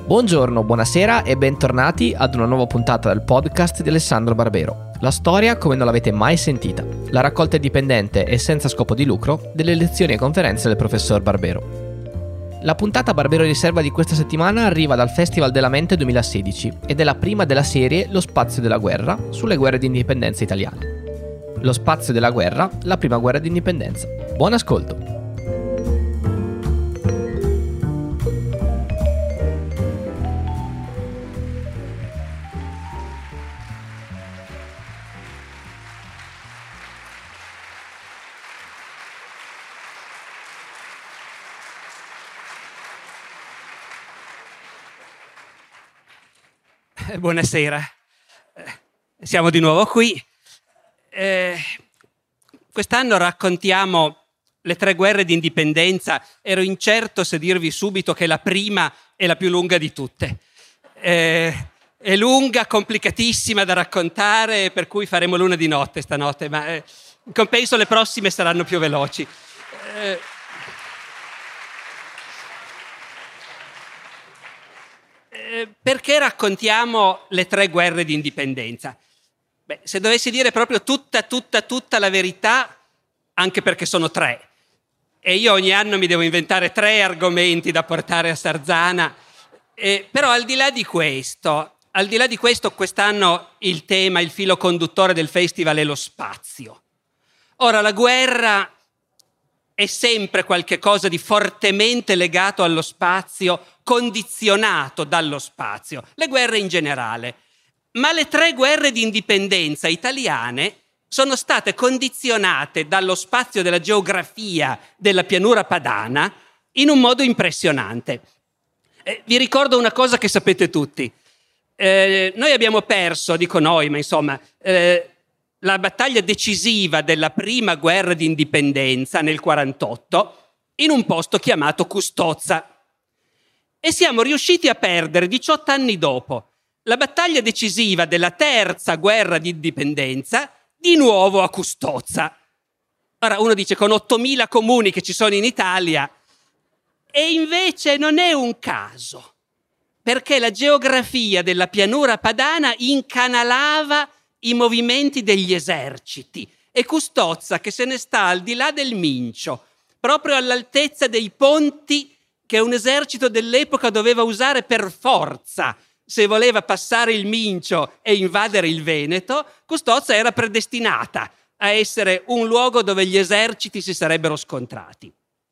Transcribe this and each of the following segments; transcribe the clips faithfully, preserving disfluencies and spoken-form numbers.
Buongiorno, buonasera e bentornati ad una nuova puntata del podcast di Alessandro Barbero. La storia come non l'avete mai sentita. La raccolta indipendente e senza scopo di lucro delle lezioni e conferenze del professor Barbero. La puntata Barbero Riserva di questa settimana arriva dal Festival della Mente duemilasedici ed è la prima della serie Lo spazio della guerra sulle guerre di indipendenza italiane. Lo spazio della guerra, la prima guerra di indipendenza. Buon ascolto! Buonasera, siamo di nuovo qui. Eh, quest'anno raccontiamo le tre guerre di indipendenza. Ero incerto se dirvi subito che la prima è la più lunga di tutte. Eh, è lunga, complicatissima da raccontare, per cui faremo l'una di notte stanotte, ma eh, in compenso le prossime saranno più veloci. Eh, Perché raccontiamo le tre guerre di indipendenza? Beh, se dovessi dire proprio tutta, tutta, tutta la verità, anche perché sono tre. E io ogni anno mi devo inventare tre argomenti da portare a Sarzana. Eh, però al di là di questo, al di là di questo, quest'anno il tema, il filo conduttore del festival è lo spazio. Ora, la guerra è sempre qualche cosa di fortemente legato allo spazio, condizionato dallo spazio, le guerre in generale. Ma le tre guerre di indipendenza italiane sono state condizionate dallo spazio della geografia della pianura padana in un modo impressionante. Eh, vi ricordo una cosa che sapete tutti. Eh, noi abbiamo perso, dico noi, ma insomma, eh, la battaglia decisiva della prima guerra di indipendenza nel quarantotto in un posto chiamato Custozza. E siamo riusciti a perdere diciotto anni dopo la battaglia decisiva della terza guerra di indipendenza di nuovo a Custozza. Ora uno dice con ottomila comuni che ci sono in Italia, e invece non è un caso, perché la geografia della pianura padana incanalava i movimenti degli eserciti e Custozza, che se ne sta al di là del Mincio, proprio all'altezza dei ponti che un esercito dell'epoca doveva usare per forza se voleva passare il Mincio e invadere il Veneto, Custozza era predestinata a essere un luogo dove gli eserciti si sarebbero scontrati.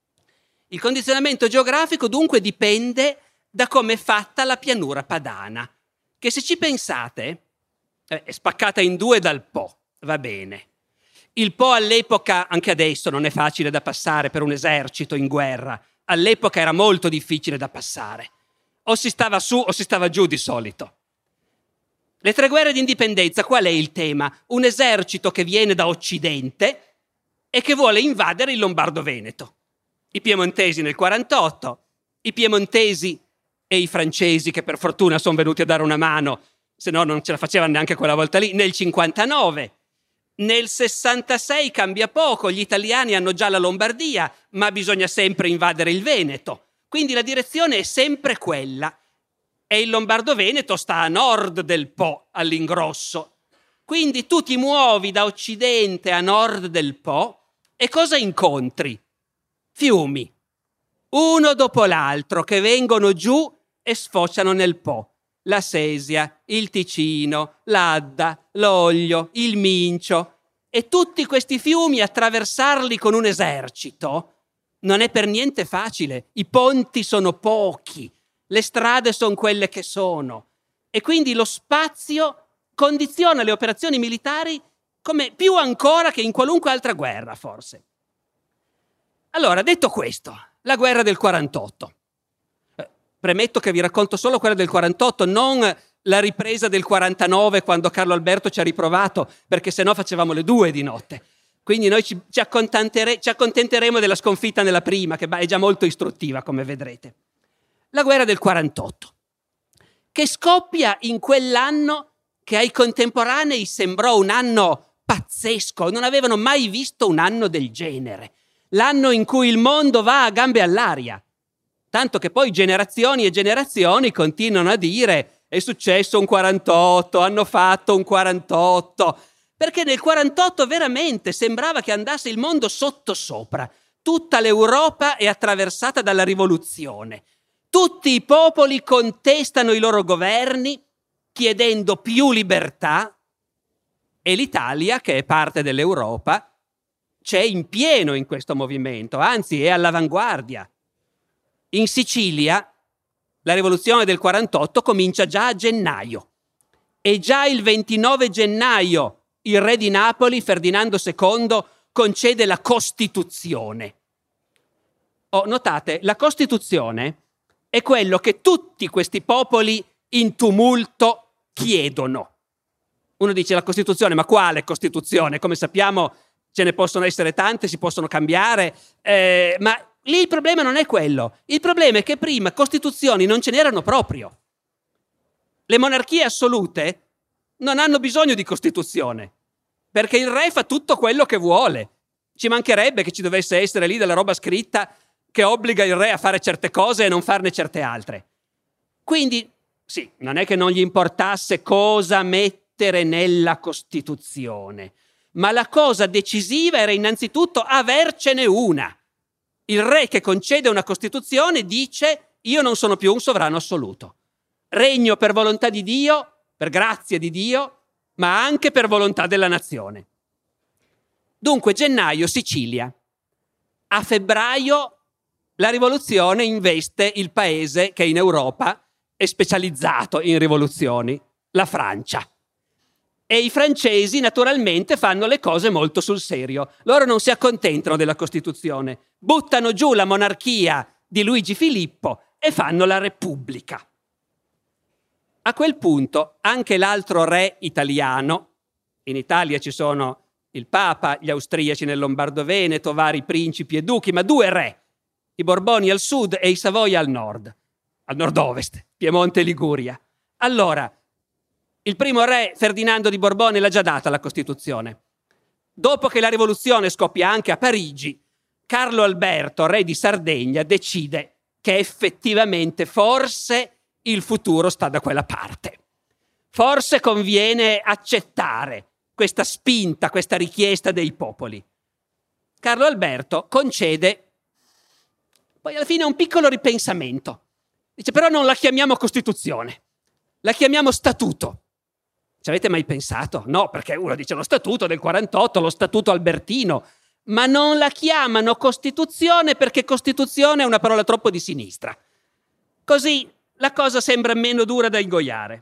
Il condizionamento geografico dunque dipende da come è fatta la pianura padana, che se ci pensate è spaccata in due dal Po, va bene. Il Po all'epoca, anche adesso, non è facile da passare per un esercito in guerra. All'epoca era molto difficile da passare. O si stava su o si stava giù di solito. Le tre guerre di indipendenza, qual è il tema? Un esercito che viene da Occidente e che vuole invadere il Lombardo-Veneto. I piemontesi nel quarantotto, i piemontesi e i francesi, che per fortuna sono venuti a dare una mano, se no non ce la facevano neanche quella volta lì, nel cinquantanove. Nel sessantasei cambia poco, gli italiani hanno già la Lombardia, ma bisogna sempre invadere il Veneto. Quindi la direzione è sempre quella. E il Lombardo-Veneto sta a nord del Po, all'ingrosso. Quindi tu ti muovi da occidente a nord del Po e cosa incontri? Fiumi, uno dopo l'altro, che vengono giù e sfociano nel Po. La Sesia, il Ticino, l'Adda, l'Oglio, il Mincio, e tutti questi fiumi attraversarli con un esercito non è per niente facile. I ponti sono pochi, le strade sono quelle che sono, e quindi lo spazio condiziona le operazioni militari come più ancora che in qualunque altra guerra, forse. Allora, detto questo, la guerra del quarantotto. Premetto che vi racconto solo quella del quarantotto, non la ripresa del quarantanove quando Carlo Alberto ci ha riprovato, perché sennò facevamo le due di notte. Quindi noi ci, ci, accontentere, ci accontenteremo della sconfitta nella prima, che è già molto istruttiva, come vedrete. La guerra del quarantotto, che scoppia in quell'anno che ai contemporanei sembrò un anno pazzesco, non avevano mai visto un anno del genere. L'anno in cui il mondo va a gambe all'aria. tanto che poi generazioni e generazioni continuano a dire è successo un quarantotto, hanno fatto un quarantotto, perché nel quarantotto veramente sembrava che andasse il mondo sottosopra. Tutta l'Europa è attraversata dalla rivoluzione. Tutti i popoli contestano i loro governi chiedendo più libertà e l'Italia, che è parte dell'Europa, c'è in pieno in questo movimento, anzi è all'avanguardia. In Sicilia la rivoluzione del quarantotto comincia già a gennaio e già il ventinove gennaio il re di Napoli, Ferdinando secondo, concede la Costituzione. Oh, notate, la Costituzione è quello che tutti questi popoli in tumulto chiedono. Uno dice la Costituzione, ma quale Costituzione? Come sappiamo ce ne possono essere tante, si possono cambiare, eh, ma lì il problema non è quello. Il problema è che prima Costituzioni non ce n'erano proprio. Le monarchie assolute non hanno bisogno di Costituzione, perché il re fa tutto quello che vuole. Ci mancherebbe che ci dovesse essere lì della roba scritta che obbliga il re a fare certe cose e non farne certe altre. Quindi, sì, non è che non gli importasse cosa mettere nella Costituzione, ma la cosa decisiva era innanzitutto avercene una. Il re che concede una Costituzione dice: io non sono più un sovrano assoluto. Regno per volontà di Dio, per grazia di Dio, ma anche per volontà della nazione. Dunque, gennaio, Sicilia. A febbraio la rivoluzione investe il paese che in Europa è specializzato in rivoluzioni, la Francia. E i francesi naturalmente fanno le cose molto sul serio. Loro non si accontentano della Costituzione, buttano giù la monarchia di Luigi Filippo e fanno la Repubblica. A quel punto anche l'altro re italiano, in Italia ci sono il Papa, gli austriaci nel Lombardo-Veneto, vari principi e duchi, ma due re, i Borboni al sud e i Savoia al nord, al nord-ovest, Piemonte e Liguria. Allora, il primo re, Ferdinando di Borbone, l'ha già data la Costituzione. Dopo che la rivoluzione scoppia anche a Parigi, Carlo Alberto, re di Sardegna, decide che effettivamente forse il futuro sta da quella parte. Forse conviene accettare questa spinta, questa richiesta dei popoli. Carlo Alberto concede poi alla fine un piccolo ripensamento. Dice: però non la chiamiamo Costituzione, la chiamiamo Statuto. Ci avete mai pensato? No, perché uno dice lo Statuto del quarantotto, lo Statuto albertino, ma non la chiamano Costituzione perché Costituzione è una parola troppo di sinistra. Così la cosa sembra meno dura da ingoiare.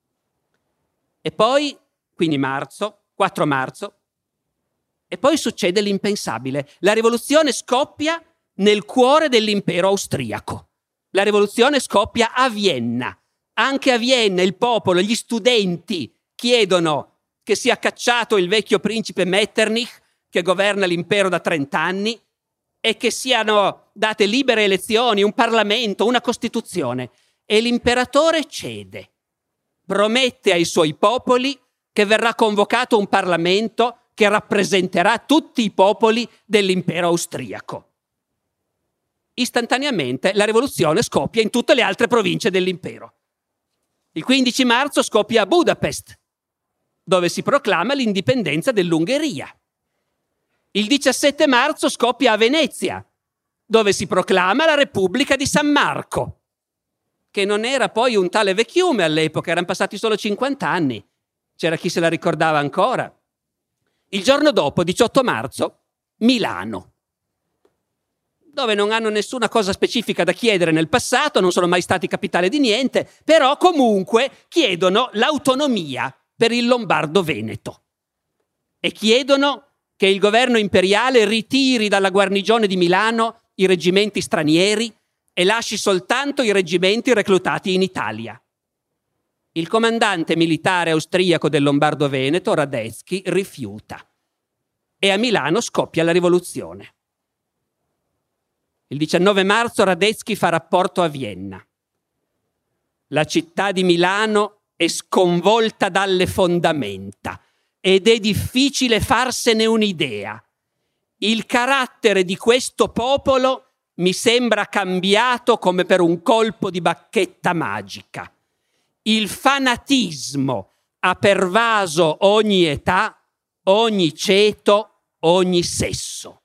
E poi, quindi marzo, quattro marzo, e poi succede l'impensabile. La rivoluzione scoppia nel cuore dell'impero austriaco. La rivoluzione scoppia a Vienna. Anche a Vienna il popolo, gli studenti chiedono che sia cacciato il vecchio principe Metternich, che governa l'impero da trent'anni, e che siano date libere elezioni, un Parlamento, una Costituzione. E l'imperatore cede. Promette ai suoi popoli che verrà convocato un Parlamento che rappresenterà tutti i popoli dell'impero austriaco. Istantaneamente la rivoluzione scoppia in tutte le altre province dell'impero. Il quindici marzo scoppia a Budapest, dove si proclama l'indipendenza dell'Ungheria. Il diciassette marzo scoppia a Venezia, dove si proclama la Repubblica di San Marco, che non era poi un tale vecchiume all'epoca, erano passati solo cinquanta anni. C'era chi se la ricordava ancora. Il giorno dopo, diciotto marzo, Milano, dove non hanno nessuna cosa specifica da chiedere nel passato, non sono mai stati capitale di niente, però comunque chiedono l'autonomia per il Lombardo-Veneto e chiedono che il governo imperiale ritiri dalla guarnigione di Milano i reggimenti stranieri e lasci soltanto i reggimenti reclutati in Italia. Il comandante militare austriaco del Lombardo-Veneto, Radetzky, rifiuta e a Milano scoppia la rivoluzione. Il diciannove marzo Radetzky fa rapporto a Vienna. La città di Milano è sconvolta dalle fondamenta ed è difficile farsene un'idea. Il carattere di questo popolo mi sembra cambiato come per un colpo di bacchetta magica. Il fanatismo ha pervaso ogni età, ogni ceto, ogni sesso.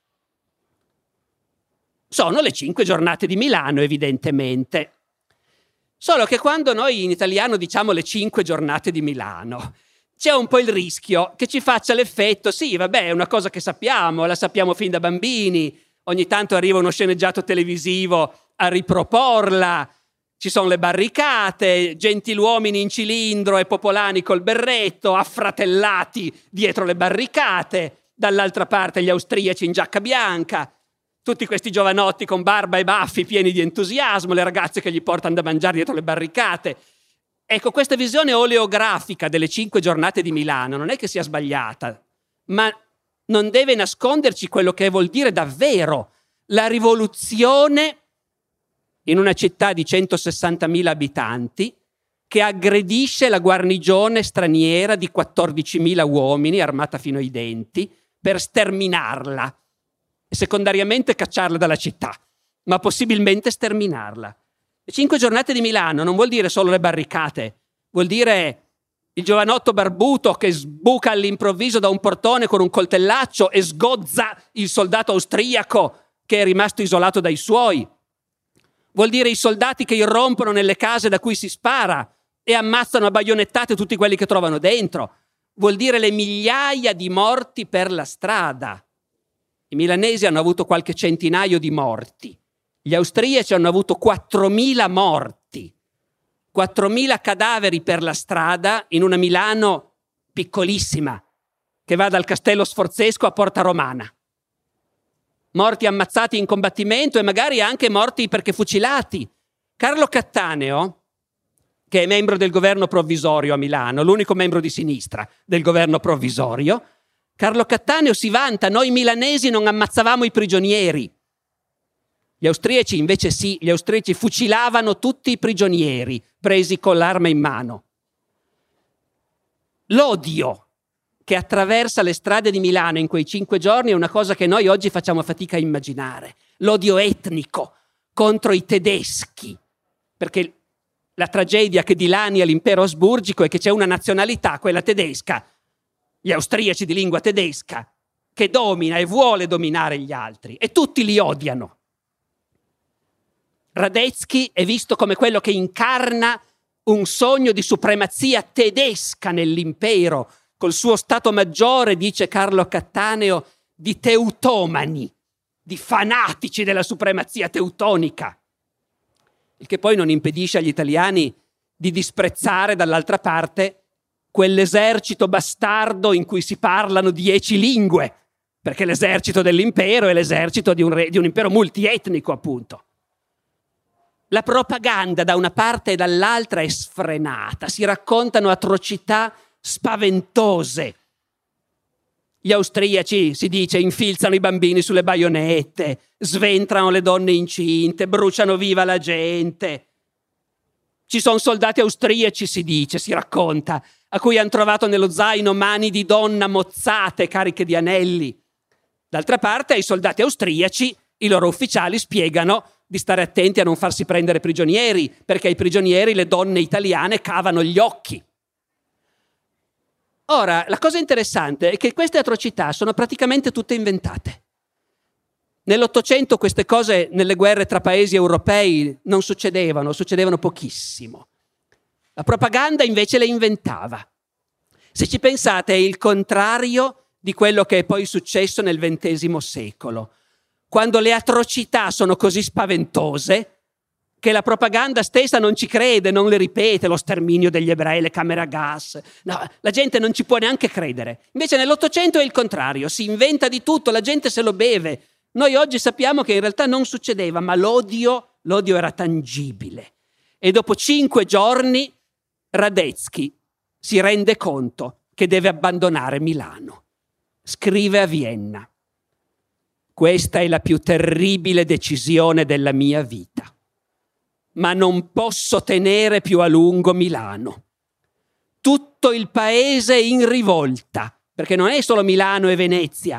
Sono le cinque giornate di Milano, evidentemente. Solo che quando noi in italiano diciamo le cinque giornate di Milano, c'è un po' il rischio che ci faccia l'effetto, sì, vabbè, è una cosa che sappiamo, la sappiamo fin da bambini, ogni tanto arriva uno sceneggiato televisivo a riproporla, ci sono le barricate, gentiluomini in cilindro e popolani col berretto, affratellati dietro le barricate, dall'altra parte gli austriaci in giacca bianca, tutti questi giovanotti con barba e baffi pieni di entusiasmo, le ragazze che gli portano da mangiare dietro le barricate. Ecco, questa visione oleografica delle cinque giornate di Milano non è che sia sbagliata, ma non deve nasconderci quello che vuol dire davvero la rivoluzione in una città di centosessantamila abitanti che aggredisce la guarnigione straniera di quattordicimila uomini armata fino ai denti per sterminarla e secondariamente cacciarla dalla città, ma possibilmente sterminarla. Le cinque giornate di Milano non vuol dire solo le barricate, vuol dire il giovanotto barbuto che sbuca all'improvviso da un portone con un coltellaccio e sgozza il soldato austriaco che è rimasto isolato dai suoi. Vuol dire i soldati che irrompono nelle case da cui si spara e ammazzano a baionettate tutti quelli che trovano dentro. Vuol dire le migliaia di morti per la strada. I milanesi hanno avuto qualche centinaio di morti. Gli austriaci hanno avuto quattromila morti. quattromila cadaveri per la strada in una Milano piccolissima che va dal Castello Sforzesco a Porta Romana. Morti ammazzati in combattimento e magari anche morti perché fucilati. Carlo Cattaneo, che è membro del governo provvisorio a Milano, l'unico membro di sinistra del governo provvisorio, Carlo Cattaneo si vanta: noi milanesi non ammazzavamo i prigionieri. Gli austriaci invece sì, gli austriaci fucilavano tutti i prigionieri presi con l'arma in mano. L'odio che attraversa le strade di Milano in quei cinque giorni è una cosa che noi oggi facciamo fatica a immaginare. L'odio etnico contro i tedeschi, perché la tragedia che dilania l'impero asburgico è che c'è una nazionalità, quella tedesca, gli austriaci di lingua tedesca, che domina e vuole dominare gli altri e tutti li odiano. Radetzky è visto come quello che incarna un sogno di supremazia tedesca nell'impero, col suo stato maggiore, dice Carlo Cattaneo, di teutomani, di fanatici della supremazia teutonica, il che poi non impedisce agli italiani di disprezzare dall'altra parte quell'esercito bastardo in cui si parlano dieci lingue, perché l'esercito dell'impero è l'esercito di un, re, di un impero multietnico, appunto. La propaganda da una parte e dall'altra è sfrenata, si raccontano atrocità spaventose. Gli austriaci, si dice, infilzano i bambini sulle baionette, sventrano le donne incinte, bruciano viva la gente. Ci sono soldati austriaci, si dice, si racconta, a cui hanno trovato nello zaino mani di donna mozzate, cariche di anelli. D'altra parte, ai soldati austriaci, i loro ufficiali spiegano di stare attenti a non farsi prendere prigionieri, perché ai prigionieri le donne italiane cavano gli occhi. Ora, la cosa interessante è che queste atrocità sono praticamente tutte inventate. Nell'Ottocento queste cose nelle guerre tra paesi europei non succedevano, succedevano pochissimo. La propaganda invece le inventava. Se ci pensate è il contrario di quello che è poi successo nel ventesimo secolo, quando le atrocità sono così spaventose che la propaganda stessa non ci crede, non le ripete, lo sterminio degli ebrei, le camere a gas. No, la gente non ci può neanche credere. Invece nell'Ottocento è il contrario, si inventa di tutto, la gente se lo beve. Noi oggi sappiamo che in realtà non succedeva, ma l'odio, l'odio era tangibile. E dopo cinque giorni Radetzky si rende conto che deve abbandonare Milano. Scrive a Vienna: questa è la più terribile decisione della mia vita. Ma non posso tenere più a lungo Milano. Tutto il paese è in rivolta, perché non è solo Milano e Venezia,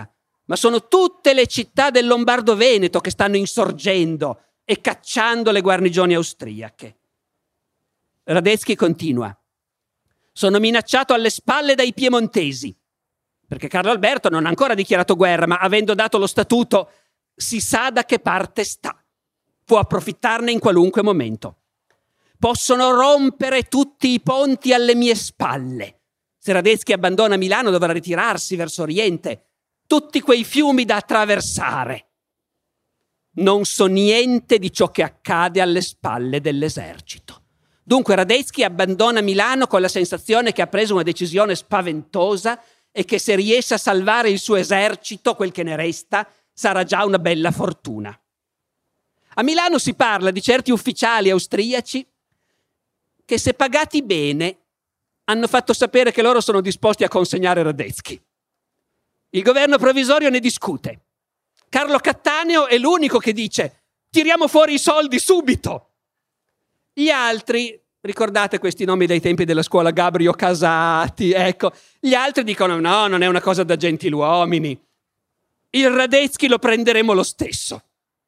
ma sono tutte le città del Lombardo-Veneto che stanno insorgendo e cacciando le guarnigioni austriache. Radetzky continua: sono minacciato alle spalle dai piemontesi, perché Carlo Alberto non ha ancora dichiarato guerra, ma avendo dato lo statuto si sa da che parte sta. Può approfittarne in qualunque momento. Possono rompere tutti i ponti alle mie spalle. Se Radetzky abbandona Milano dovrà ritirarsi verso Oriente. Tutti quei fiumi da attraversare. Non so niente di ciò che accade alle spalle dell'esercito. Dunque Radetzky abbandona Milano con la sensazione che ha preso una decisione spaventosa e che se riesce a salvare il suo esercito, quel che ne resta, sarà già una bella fortuna. A Milano si parla di certi ufficiali austriaci che, se pagati bene, hanno fatto sapere che loro sono disposti a consegnare Radetzky. Il governo provvisorio ne discute. Carlo Cattaneo è l'unico che dice: tiriamo fuori i soldi subito. Gli altri, ricordate questi nomi dai tempi della scuola, Gabrio Casati, ecco, gli altri dicono: no, non è una cosa da gentiluomini. Il Radetzky lo prenderemo lo stesso.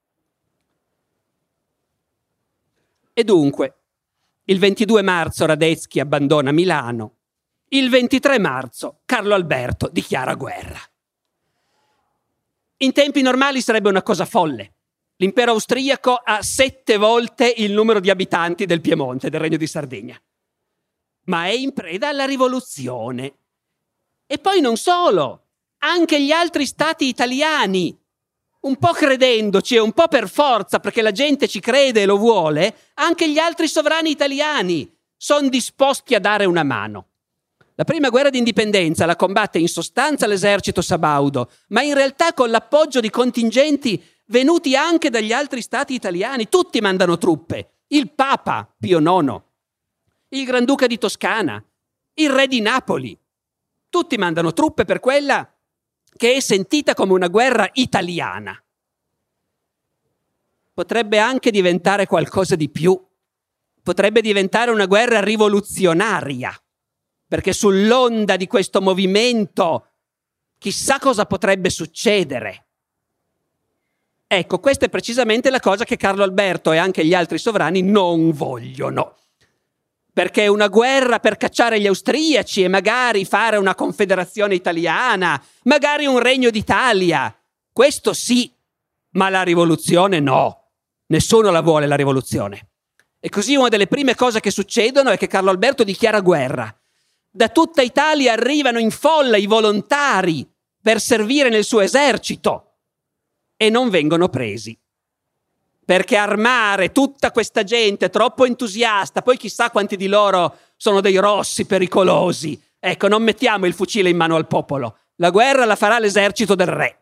E dunque, il ventidue marzo Radetzky abbandona Milano. Il ventitré marzo Carlo Alberto dichiara guerra. In tempi normali sarebbe una cosa folle. L'impero austriaco ha sette volte il numero di abitanti del Piemonte, del Regno di Sardegna. Ma è in preda alla rivoluzione. E poi non solo, anche gli altri stati italiani, un po' credendoci e un po' per forza, perché la gente ci crede e lo vuole, anche gli altri sovrani italiani sono disposti a dare una mano. La prima guerra d'indipendenza la combatte in sostanza l'esercito sabaudo, ma in realtà con l'appoggio di contingenti venuti anche dagli altri stati italiani. Tutti mandano truppe. Il Papa Pio nono, il Granduca di Toscana, il Re di Napoli. Tutti mandano truppe per quella che è sentita come una guerra italiana. Potrebbe anche diventare qualcosa di più. Potrebbe diventare una guerra rivoluzionaria, perché sull'onda di questo movimento chissà cosa potrebbe succedere. Ecco, questa è precisamente la cosa che Carlo Alberto e anche gli altri sovrani non vogliono. Perché una guerra per cacciare gli austriaci e magari fare una confederazione italiana, magari un regno d'Italia, questo sì, ma la rivoluzione no. Nessuno la vuole la rivoluzione. E così una delle prime cose che succedono è che Carlo Alberto dichiara guerra. Da tutta Italia arrivano in folla i volontari per servire nel suo esercito e non vengono presi. Perché armare tutta questa gente troppo entusiasta, poi chissà quanti di loro sono dei rossi pericolosi. Ecco, non mettiamo il fucile in mano al popolo. La guerra la farà l'esercito del re.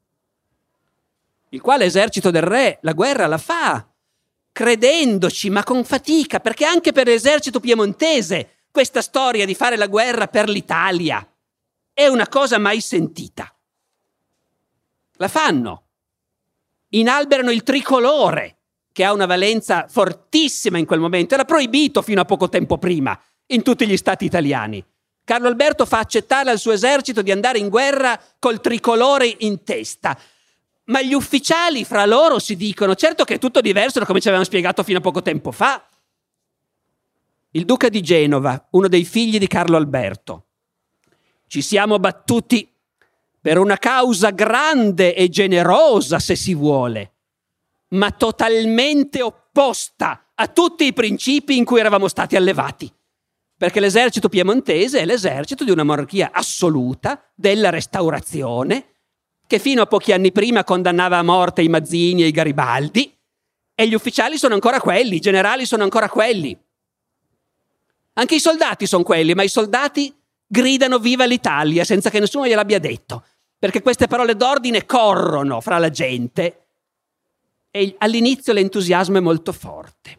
Il quale esercito del re la guerra la fa, credendoci, ma con fatica, perché anche per l'esercito piemontese questa storia di fare la guerra per l'Italia è una cosa mai sentita. La fanno. Inalberano il tricolore, che ha una valenza fortissima in quel momento. Era proibito fino a poco tempo prima in tutti gli stati italiani. Carlo Alberto fa accettare al suo esercito di andare in guerra col tricolore in testa. Ma gli ufficiali fra loro si dicono: certo che è tutto diverso da come ci avevano spiegato fino a poco tempo fa. Il duca di Genova, uno dei figli di Carlo Alberto: ci siamo battuti per una causa grande e generosa, se si vuole, ma totalmente opposta a tutti i principi in cui eravamo stati allevati. Perché l'esercito piemontese è l'esercito di una monarchia assoluta, della Restaurazione, che fino a pochi anni prima condannava a morte i Mazzini e i Garibaldi, e gli ufficiali sono ancora quelli, i generali sono ancora quelli. Anche i soldati sono quelli, ma i soldati gridano viva l'Italia senza che nessuno gliel'abbia detto, perché queste parole d'ordine corrono fra la gente e all'inizio l'entusiasmo è molto forte.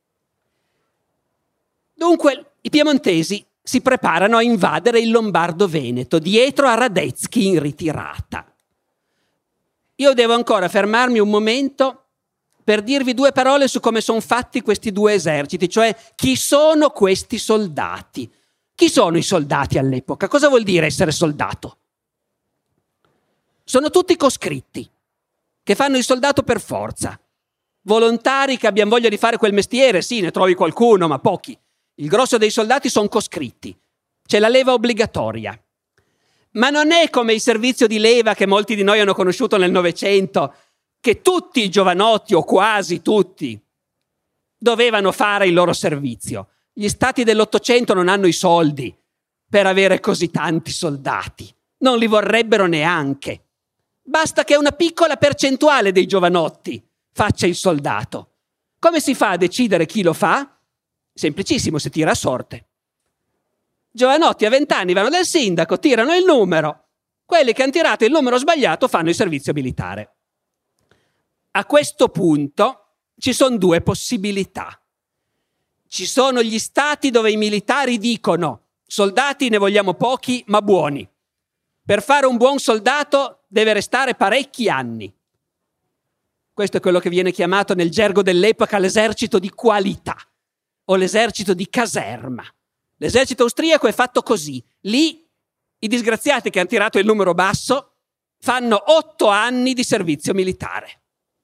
Dunque i piemontesi si preparano a invadere il Lombardo-Veneto dietro a Radetzky in ritirata. Io devo ancora fermarmi un momento per dirvi due parole su come sono fatti questi due eserciti, cioè chi sono questi soldati. Chi sono i soldati all'epoca? Cosa vuol dire essere soldato? Sono tutti coscritti, che fanno il soldato per forza. Volontari che abbiano voglia di fare quel mestiere, sì, ne trovi qualcuno, ma pochi. Il grosso dei soldati sono coscritti. C'è la leva obbligatoria. Ma non è come il servizio di leva che molti di noi hanno conosciuto nel Novecento, che tutti i giovanotti, o quasi tutti, dovevano fare il loro servizio. Gli stati dell'Ottocento non hanno i soldi per avere così tanti soldati. Non li vorrebbero neanche. Basta che una piccola percentuale dei giovanotti faccia il soldato. Come si fa a decidere chi lo fa? Semplicissimo, si tira a sorte. Giovanotti a vent'anni vanno dal sindaco, tirano il numero. Quelli che hanno tirato il numero sbagliato fanno il servizio militare. A questo punto ci sono due possibilità. Ci sono gli stati dove i militari dicono: soldati ne vogliamo pochi ma buoni. Per fare un buon soldato deve restare parecchi anni. Questo è quello che viene chiamato nel gergo dell'epoca l'esercito di qualità o l'esercito di caserma. L'esercito austriaco è fatto così. Lì i disgraziati che hanno tirato il numero basso fanno otto anni di servizio militare.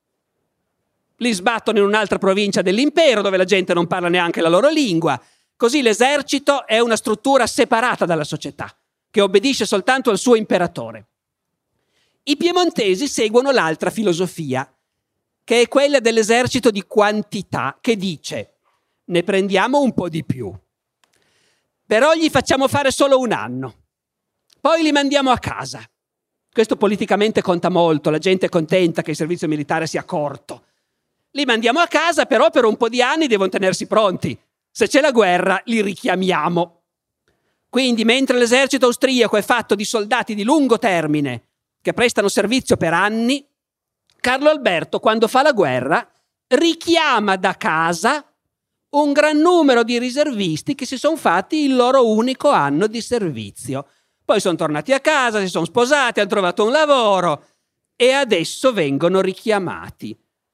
Li sbattono in un'altra provincia dell'impero dove la gente non parla neanche la loro lingua. Così l'esercito è una struttura separata dalla società, che obbedisce soltanto al suo imperatore. I piemontesi seguono l'altra filosofia, che è quella dell'esercito di quantità, che dice: ne prendiamo un po' di più, però gli facciamo fare solo un anno, poi li mandiamo a casa. Questo politicamente conta molto, la gente è contenta che il servizio militare sia corto. Li mandiamo a casa, però per un po' di anni devono tenersi pronti. Se c'è la guerra, li richiamiamo. Quindi, mentre l'esercito austriaco è fatto di soldati di lungo termine, che prestano servizio per anni, Carlo Alberto, quando fa la guerra, richiama da casa un gran numero di riservisti che si sono fatti il loro unico anno di servizio. Poi sono tornati a casa, si sono sposati, hanno trovato un lavoro e adesso vengono richiamati.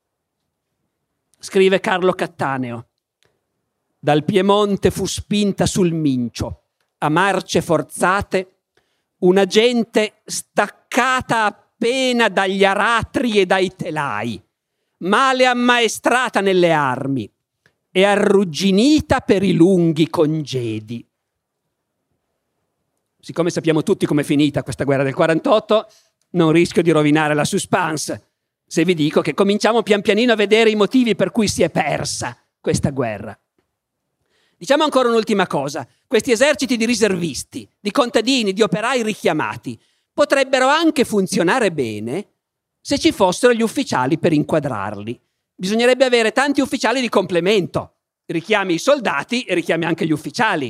Scrive Carlo Cattaneo: dal Piemonte fu spinta sul Mincio, a marce forzate, una gente staccata appena dagli aratri e dai telai, male ammaestrata nelle armi e arrugginita per i lunghi congedi. Siccome sappiamo tutti com'è finita questa guerra del quarantotto, non rischio di rovinare la suspense se vi dico che cominciamo pian pianino a vedere i motivi per cui si è persa questa guerra. Diciamo ancora un'ultima cosa: questi eserciti di riservisti, di contadini, di operai richiamati potrebbero anche funzionare bene se ci fossero gli ufficiali per inquadrarli. Bisognerebbe avere tanti ufficiali di complemento. Richiami i soldati e richiami anche gli ufficiali.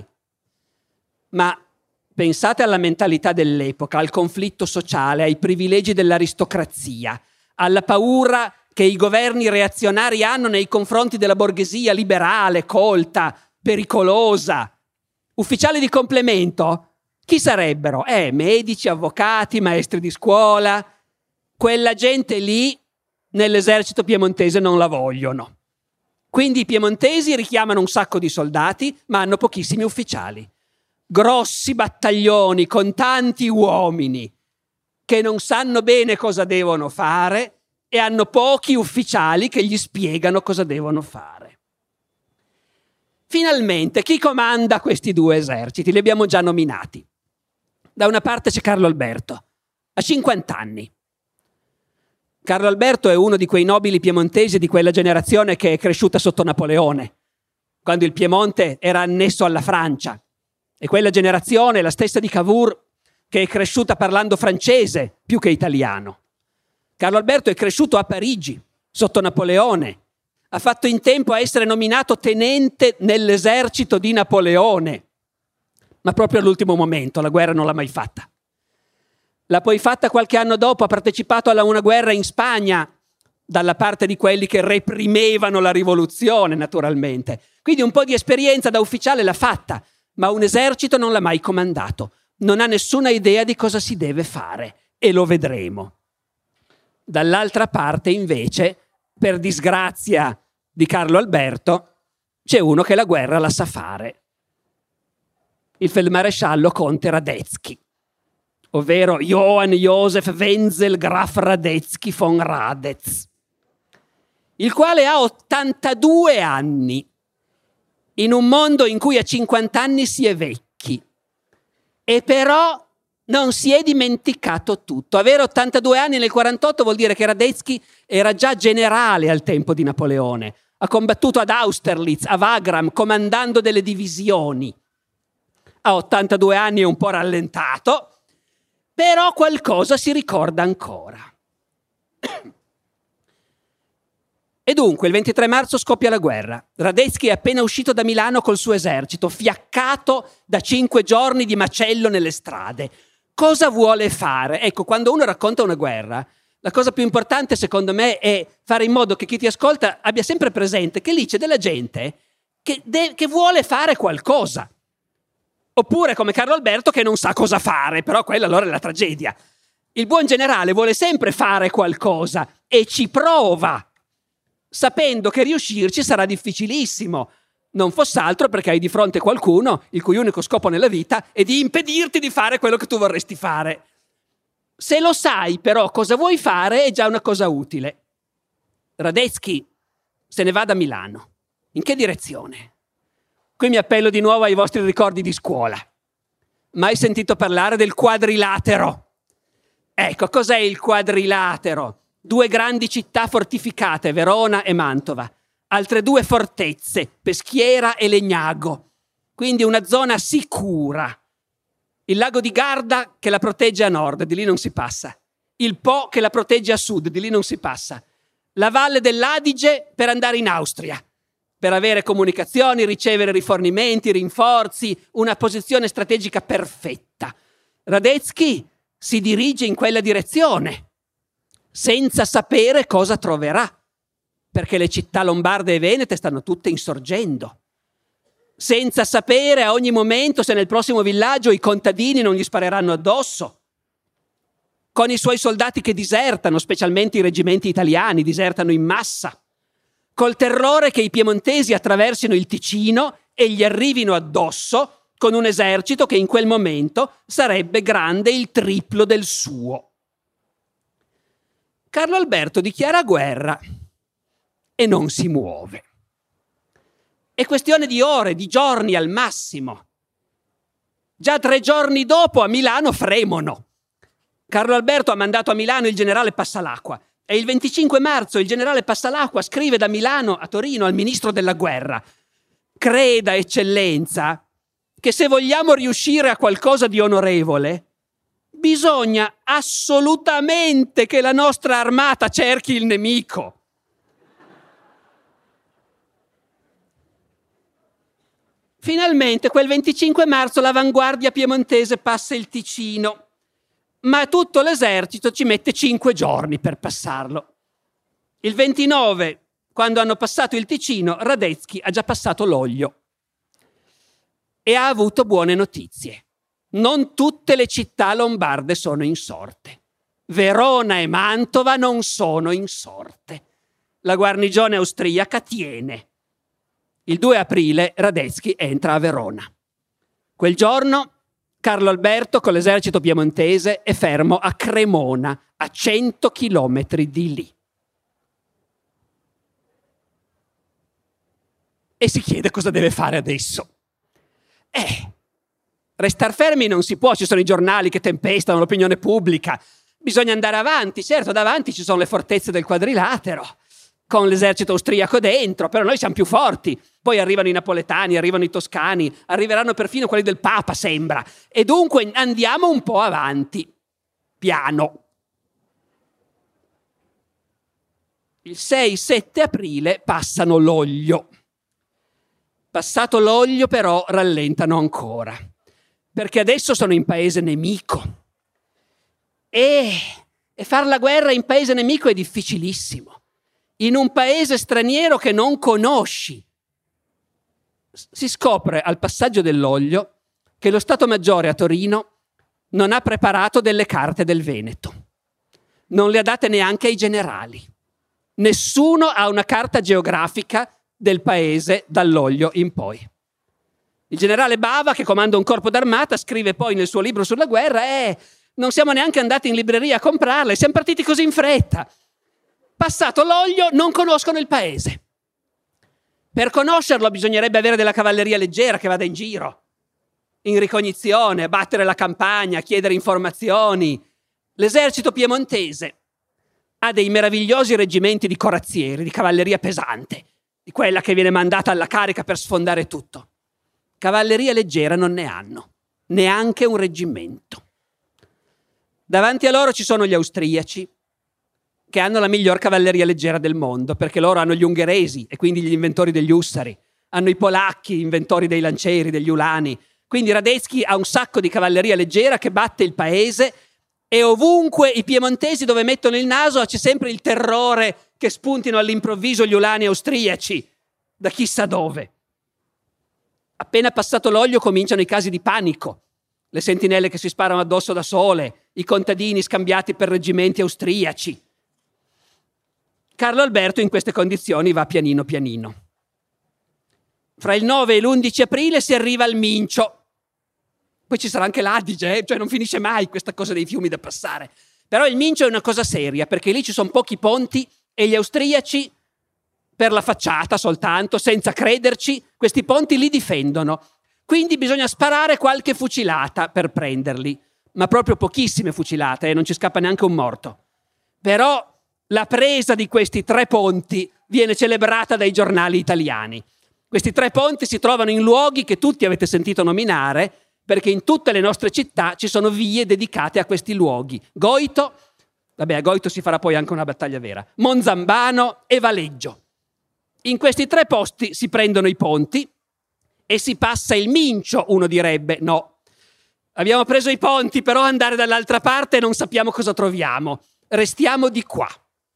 Ma pensate alla mentalità dell'epoca, al conflitto sociale, ai privilegi dell'aristocrazia, alla paura che i governi reazionari hanno nei confronti della borghesia liberale, colta, pericolosa. Ufficiali di complemento? Chi sarebbero? Eh, medici, avvocati, maestri di scuola. Quella gente lì nell'esercito piemontese non la vogliono. Quindi i piemontesi richiamano un sacco di soldati, ma hanno pochissimi ufficiali. Grossi battaglioni con tanti uomini che non sanno bene cosa devono fare e hanno pochi ufficiali che gli spiegano cosa devono fare. Finalmente, chi comanda questi due eserciti? Li abbiamo già nominati. Da una parte c'è Carlo Alberto, a cinquanta anni. Carlo Alberto è uno di quei nobili piemontesi di quella generazione che è cresciuta sotto Napoleone, quando il Piemonte era annesso alla Francia. E quella generazione è la stessa di Cavour, che è cresciuta parlando francese più che italiano. Carlo Alberto è cresciuto a Parigi, sotto Napoleone. Ha fatto in tempo a essere nominato tenente nell'esercito di Napoleone, ma proprio all'ultimo momento, la guerra non l'ha mai fatta. L'ha poi fatta qualche anno dopo, ha partecipato a una guerra in Spagna, dalla parte di quelli che reprimevano la rivoluzione, naturalmente. Quindi un po' di esperienza da ufficiale l'ha fatta, ma un esercito non l'ha mai comandato. Non ha nessuna idea di cosa si deve fare, e lo vedremo. Dall'altra parte, invece, per disgrazia di Carlo Alberto, c'è uno che la guerra la sa fare. Il feldmaresciallo conte Radetzky, ovvero Johann Josef Wenzel Graf Radetzky von Radetz, il quale ha ottantadue anni, in un mondo in cui a cinquanta anni si è vecchi, e però non si è dimenticato tutto. Avere ottantadue anni nel quarantotto vuol dire che Radetzky era già generale al tempo di Napoleone. Ha combattuto ad Austerlitz, a Wagram, comandando delle divisioni. A ottantadue anni è un po' rallentato, però qualcosa si ricorda ancora. E dunque, il ventitré marzo scoppia la guerra. Radetzky è appena uscito da Milano col suo esercito, fiaccato da cinque giorni di macello nelle strade. Cosa vuole fare? Ecco, quando uno racconta una guerra, la cosa più importante secondo me è fare in modo che chi ti ascolta abbia sempre presente che lì c'è della gente che, de- che vuole fare qualcosa. Oppure come Carlo Alberto che non sa cosa fare, però quella allora è la tragedia. Il buon generale vuole sempre fare qualcosa e ci prova, sapendo che riuscirci sarà difficilissimo. Non fosse altro perché hai di fronte qualcuno il cui unico scopo nella vita è di impedirti di fare quello che tu vorresti fare. Se lo sai però cosa vuoi fare è già una cosa utile. Radetzky se ne va da Milano. In che direzione? Qui mi appello di nuovo ai vostri ricordi di scuola. Mai sentito parlare del quadrilatero? Ecco, cos'è il quadrilatero? Due grandi città fortificate, Verona e Mantova. Altre due fortezze, Peschiera e Legnago. Quindi una zona sicura. Il lago di Garda che la protegge a nord, di lì non si passa. Il Po che la protegge a sud, di lì non si passa. La valle dell'Adige per andare in Austria, per avere comunicazioni, ricevere rifornimenti, rinforzi, una posizione strategica perfetta. Radetzky si dirige in quella direzione, senza sapere cosa troverà, perché le città lombarde e venete stanno tutte insorgendo, senza sapere a ogni momento se nel prossimo villaggio i contadini non gli spareranno addosso, con i suoi soldati che disertano, specialmente i reggimenti italiani, disertano in massa, col terrore che i piemontesi attraversino il Ticino e gli arrivino addosso con un esercito che in quel momento sarebbe grande il triplo del suo. Carlo Alberto dichiara guerra e non si muove. È questione di ore, di giorni al massimo. Già tre giorni dopo a Milano fremono. Carlo Alberto ha mandato a Milano il generale Passalacqua e il venticinque marzo il generale Passalacqua scrive da Milano a Torino al ministro della guerra: creda, eccellenza, che se vogliamo riuscire a qualcosa di onorevole, bisogna assolutamente che la nostra armata cerchi il nemico. Finalmente quel venticinque marzo l'avanguardia piemontese passa il Ticino, ma tutto l'esercito ci mette cinque giorni per passarlo. Il ventinove, quando hanno passato il Ticino, Radetzky ha già passato l'Oglio e ha avuto buone notizie. Non tutte le città lombarde sono insorte. Verona e Mantova non sono insorte. La guarnigione austriaca tiene. Il due aprile Radetzky entra a Verona. Quel giorno Carlo Alberto con l'esercito piemontese è fermo a Cremona, a cento chilometri di lì. E si chiede cosa deve fare adesso. Eh, restar fermi non si può, ci sono i giornali che tempestano l'opinione pubblica. Bisogna andare avanti, certo, davanti ci sono le fortezze del quadrilatero, con l'esercito austriaco dentro, però noi siamo più forti. Poi arrivano i napoletani, arrivano i toscani, arriveranno perfino quelli del Papa, sembra. E dunque andiamo un po' avanti, piano. Il sei sette aprile passano l'Oglio. Passato l'Oglio però rallentano ancora, perché adesso sono in paese nemico. E, e far la guerra in paese nemico è difficilissimo. In un paese straniero che non conosci. Si scopre al passaggio dell'Oglio che lo Stato Maggiore a Torino non ha preparato delle carte del Veneto. Non le ha date neanche ai generali. Nessuno ha una carta geografica del paese dall'Oglio in poi. Il generale Bava, che comanda un corpo d'armata, scrive poi nel suo libro sulla guerra: eh, Non siamo neanche andati in libreria a comprarle, siamo partiti così in fretta. Passato l'olio, non conoscono il paese. Per conoscerlo bisognerebbe avere della cavalleria leggera che vada in giro, in ricognizione, a battere la campagna, a chiedere informazioni. L'esercito piemontese ha dei meravigliosi reggimenti di corazzieri, di cavalleria pesante, di quella che viene mandata alla carica per sfondare tutto. Cavalleria leggera non ne hanno, neanche un reggimento. Davanti a loro ci sono gli austriaci, che hanno la miglior cavalleria leggera del mondo, perché loro hanno gli ungheresi e quindi gli inventori degli ussari, hanno i polacchi, inventori dei lancieri, degli ulani. Quindi Radetzky ha un sacco di cavalleria leggera che batte il paese, e ovunque i piemontesi dove mettono il naso c'è sempre il terrore che spuntino all'improvviso gli ulani austriaci da chissà dove. Appena passato l'olio cominciano i casi di panico, le sentinelle che si sparano addosso da sole, i contadini scambiati per reggimenti austriaci. Carlo Alberto in queste condizioni va pianino pianino. Fra il nove e l'undici aprile si arriva al Mincio. Poi ci sarà anche l'Adige, eh? Cioè non finisce mai questa cosa dei fiumi da passare. Però il Mincio è una cosa seria, perché lì ci sono pochi ponti e gli austriaci, per la facciata soltanto, senza crederci, questi ponti li difendono. Quindi bisogna sparare qualche fucilata per prenderli, ma proprio pochissime fucilate, eh? Non ci scappa neanche un morto. Però la presa di questi tre ponti viene celebrata dai giornali italiani. Questi tre ponti si trovano in luoghi che tutti avete sentito nominare, perché in tutte le nostre città ci sono vie dedicate a questi luoghi. Goito, vabbè, a Goito si farà poi anche una battaglia vera, Monzambano e Valeggio. In questi tre posti si prendono i ponti e si passa il Mincio, uno direbbe. No, abbiamo preso i ponti, però andare dall'altra parte non sappiamo cosa troviamo. Restiamo di qua.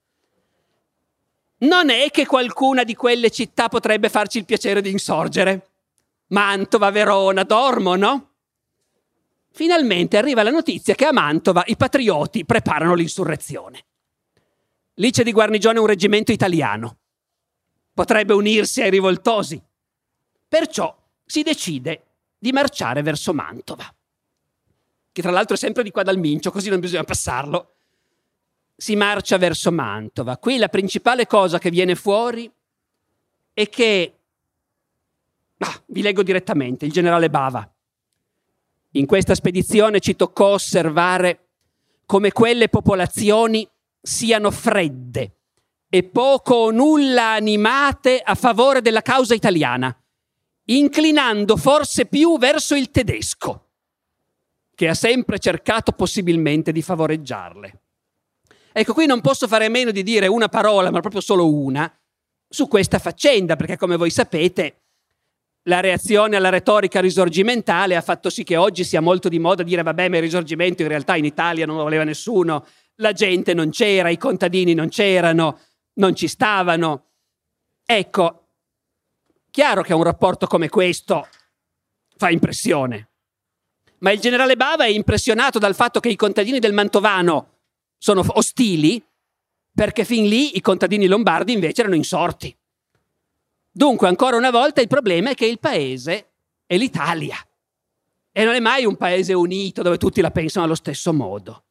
Non è che qualcuna di quelle città potrebbe farci il piacere di insorgere. Mantova, Verona, dormono? Finalmente arriva la notizia che a Mantova i patrioti preparano l'insurrezione. Lì c'è di guarnigione un reggimento italiano. Potrebbe unirsi ai rivoltosi. Perciò si decide di marciare verso Mantova, che tra l'altro è sempre di qua dal Mincio, così non bisogna passarlo. Si marcia verso Mantova. Qui la principale cosa che viene fuori è che, ah, vi leggo direttamente, il generale Bava. In questa spedizione ci toccò osservare come quelle popolazioni siano fredde e poco o nulla animate a favore della causa italiana, inclinando forse più verso il tedesco, che ha sempre cercato possibilmente di favoreggiarle. Ecco, qui non posso fare a meno di dire una parola, ma proprio solo una, su questa faccenda, perché come voi sapete la reazione alla retorica risorgimentale ha fatto sì che oggi sia molto di moda dire vabbè, ma il risorgimento in realtà in Italia non lo voleva nessuno, la gente non c'era, i contadini non c'erano, non ci stavano. Ecco, chiaro che un rapporto come questo fa impressione, ma il generale Bava è impressionato dal fatto che i contadini del Mantovano sono ostili, perché fin lì i contadini lombardi invece erano insorti. Dunque, ancora una volta, il problema è che il paese è l'Italia e non è mai un paese unito dove tutti la pensano allo stesso modo.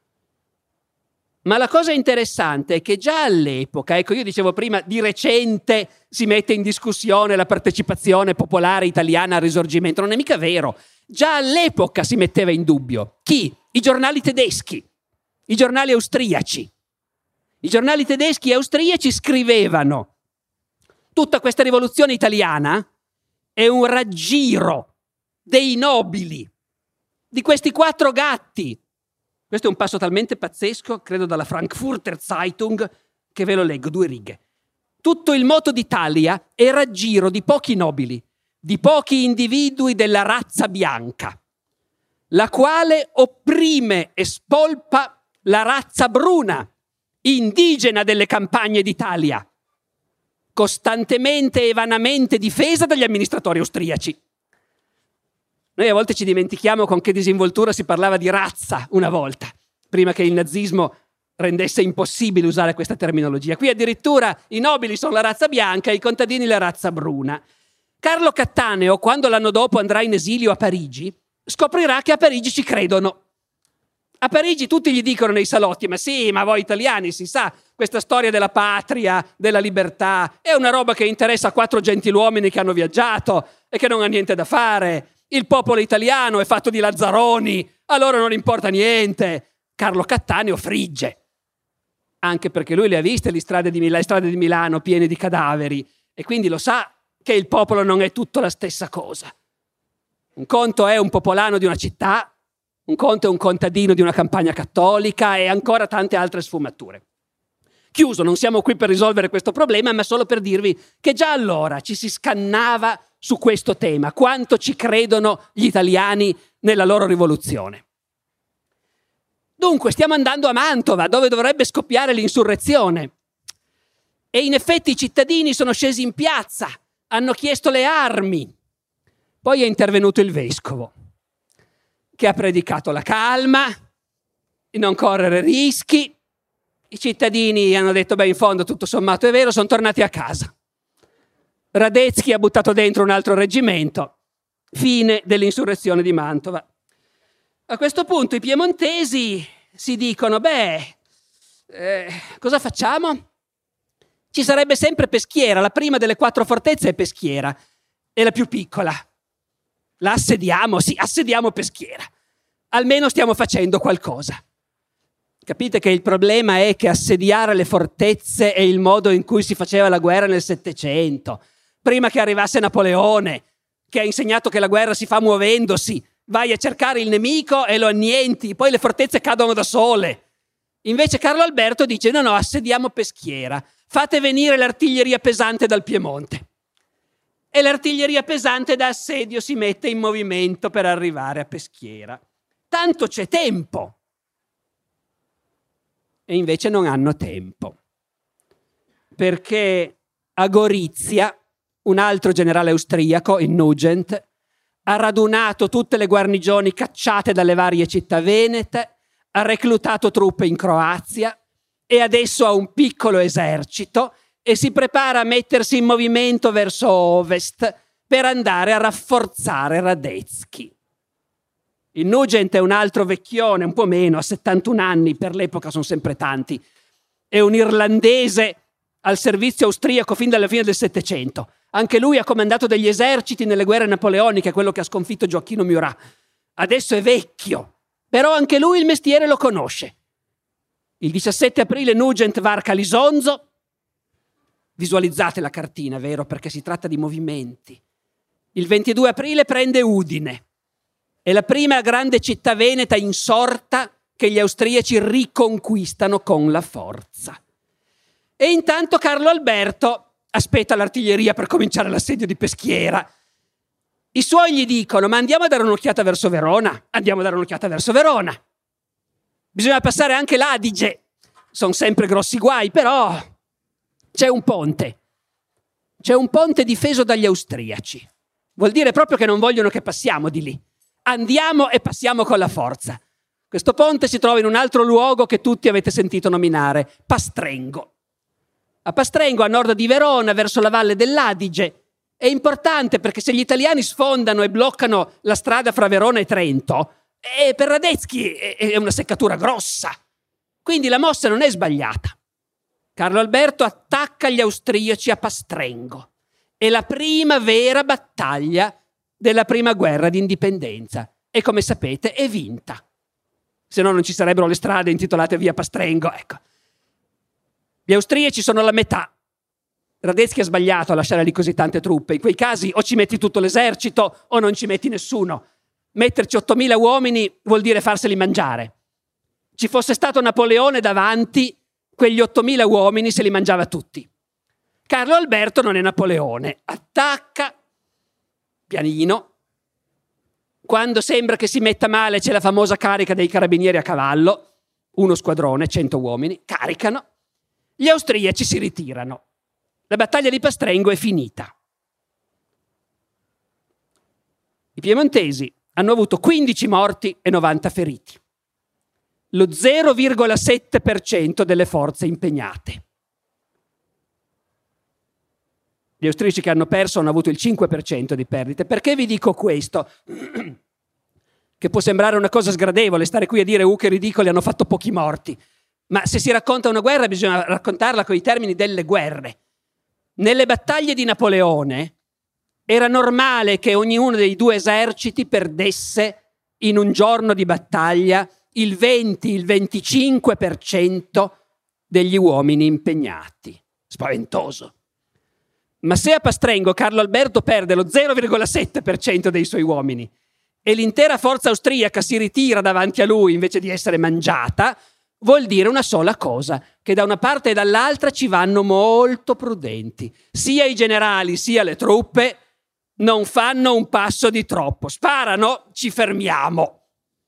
Ma la cosa interessante è che già all'epoca, ecco, io dicevo prima, di recente si mette in discussione la partecipazione popolare italiana al Risorgimento. Non è mica vero. Già all'epoca si metteva in dubbio. Chi? I giornali tedeschi, i giornali austriaci. I giornali tedeschi e austriaci scrivevano: tutta questa rivoluzione italiana è un raggiro dei nobili, di questi quattro gatti. Questo è un passo talmente pazzesco, credo dalla Frankfurter Zeitung, che ve lo leggo, due righe. Tutto il moto d'Italia è raggiro di pochi nobili, di pochi individui della razza bianca, la quale opprime e spolpa la razza bruna, indigena delle campagne d'Italia, costantemente e vanamente difesa dagli amministratori austriaci. Noi a volte ci dimentichiamo con che disinvoltura si parlava di razza una volta, prima che il nazismo rendesse impossibile usare questa terminologia. Qui addirittura i nobili sono la razza bianca e i contadini la razza bruna. Carlo Cattaneo, quando l'anno dopo andrà in esilio a Parigi, scoprirà che a Parigi ci credono. A Parigi tutti gli dicono nei salotti: ma sì, ma voi italiani, si sa, questa storia della patria, della libertà, è una roba che interessa a quattro gentiluomini che hanno viaggiato e che non ha niente da fare. Il popolo italiano è fatto di lazzaroni, a loro non importa niente. Carlo Cattaneo frigge, anche perché lui le ha viste le strade di, Mil- le strade di Milano piene di cadaveri e quindi lo sa che il popolo non è tutto la stessa cosa. Un conto è un popolano di una città, un conto è un contadino di una campagna cattolica e ancora tante altre sfumature. Chiuso, non siamo qui per risolvere questo problema, ma solo per dirvi che già allora ci si scannava su questo tema, quanto ci credono gli italiani nella loro rivoluzione. Dunque, stiamo andando a Mantova, dove dovrebbe scoppiare l'insurrezione. E in effetti i cittadini sono scesi in piazza, hanno chiesto le armi. Poi è intervenuto il vescovo, che ha predicato la calma, di non correre rischi. I cittadini hanno detto: beh, in fondo tutto sommato è vero, sono tornati a casa. Radetzky ha buttato dentro un altro reggimento. Fine dell'insurrezione di Mantova. A questo punto i piemontesi si dicono: beh, eh, cosa facciamo? Ci sarebbe sempre Peschiera, la prima delle quattro fortezze è Peschiera, è la più piccola. La assediamo, sì, assediamo Peschiera. Almeno stiamo facendo qualcosa. Capite che il problema è che assediare le fortezze è il modo in cui si faceva la guerra nel Settecento. Prima che arrivasse Napoleone, che ha insegnato che la guerra si fa muovendosi, vai a cercare il nemico e lo annienti, poi le fortezze cadono da sole. Invece Carlo Alberto dice: no, no, assediamo Peschiera, fate venire l'artiglieria pesante dal Piemonte. E l'artiglieria pesante da assedio si mette in movimento per arrivare a Peschiera. Tanto c'è tempo. E invece non hanno tempo. Perché a Gorizia un altro generale austriaco, il Nugent, ha radunato tutte le guarnigioni cacciate dalle varie città venete, ha reclutato truppe in Croazia e adesso ha un piccolo esercito e si prepara a mettersi in movimento verso ovest per andare a rafforzare Radetzky. Il Nugent è un altro vecchione, un po' meno, ha settantuno anni, per l'epoca sono sempre tanti. È un irlandese al servizio austriaco fin dalla fine del Settecento. Anche lui ha comandato degli eserciti nelle guerre napoleoniche, quello che ha sconfitto Gioacchino Murat. Adesso è vecchio, però anche lui il mestiere lo conosce. Il diciassette aprile Nugent varca l'Isonzo. Visualizzate la cartina, vero? Perché si tratta di movimenti. Il ventidue aprile prende Udine. È la prima grande città veneta insorta che gli austriaci riconquistano con la forza. E intanto Carlo Alberto aspetta l'artiglieria per cominciare l'assedio di Peschiera. I suoi gli dicono: ma andiamo a dare un'occhiata verso Verona. Andiamo a dare un'occhiata verso Verona. Bisogna passare anche l'Adige. Sono sempre grossi guai, però c'è un ponte. C'è un ponte difeso dagli austriaci. Vuol dire proprio che non vogliono che passiamo di lì. Andiamo e passiamo con la forza. Questo ponte si trova in un altro luogo che tutti avete sentito nominare, Pastrengo. A Pastrengo, a nord di Verona, verso la valle dell'Adige, è importante perché se gli italiani sfondano e bloccano la strada fra Verona e Trento, eh, per Radetzky è una seccatura grossa. Quindi la mossa non è sbagliata. Carlo Alberto attacca gli austriaci a Pastrengo. È la prima vera battaglia della prima guerra di indipendenza e, come sapete, è vinta. Se no non ci sarebbero le strade intitolate via Pastrengo, ecco. Gli austriaci sono la metà. Radetzky ha sbagliato a lasciare lì così tante truppe. In quei casi o ci metti tutto l'esercito o non ci metti nessuno. Metterci ottomila uomini vuol dire farseli mangiare. Ci fosse stato Napoleone davanti, quegli ottomila uomini se li mangiava tutti. Carlo Alberto non è Napoleone. Attacca pianino. Quando sembra che si metta male c'è la famosa carica dei carabinieri a cavallo, uno squadrone, cento uomini, caricano. Gli austriaci si ritirano. La battaglia di Pastrengo è finita. I piemontesi hanno avuto quindici morti e novanta feriti. Lo zero virgola sette per cento delle forze impegnate. Gli austriaci che hanno perso hanno avuto il cinque per cento di perdite. Perché vi dico questo? che può sembrare una cosa sgradevole, stare qui a dire uh che ridicoli, hanno fatto pochi morti. Ma se si racconta una guerra bisogna raccontarla con i termini delle guerre. Nelle battaglie di Napoleone era normale che ognuno dei due eserciti perdesse in un giorno di battaglia il venti, il venticinque per cento degli uomini impegnati. Spaventoso. Ma se a Pastrengo Carlo Alberto perde lo zero virgola sette per cento dei suoi uomini e l'intera forza austriaca si ritira davanti a lui invece di essere mangiata, vuol dire una sola cosa, che da una parte e dall'altra ci vanno molto prudenti. Sia i generali sia le truppe non fanno un passo di troppo. Sparano, ci fermiamo.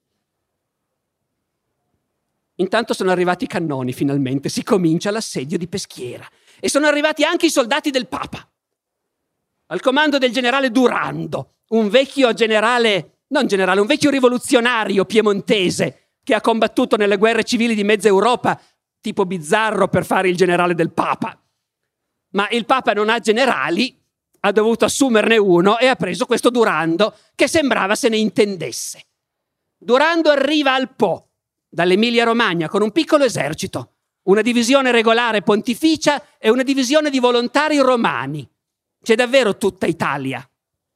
Intanto sono arrivati i cannoni, finalmente. Si comincia l'assedio di Peschiera. E sono arrivati anche i soldati del Papa. Al comando del generale Durando, un vecchio generale, non generale, un vecchio rivoluzionario piemontese che ha combattuto nelle guerre civili di mezza Europa, tipo bizzarro per fare il generale del Papa. Ma il Papa non ha generali, ha dovuto assumerne uno e ha preso questo Durando che sembrava se ne intendesse. Durando arriva al Po, dall'Emilia Romagna, con un piccolo esercito, una divisione regolare pontificia e una divisione di volontari romani. C'è davvero tutta Italia.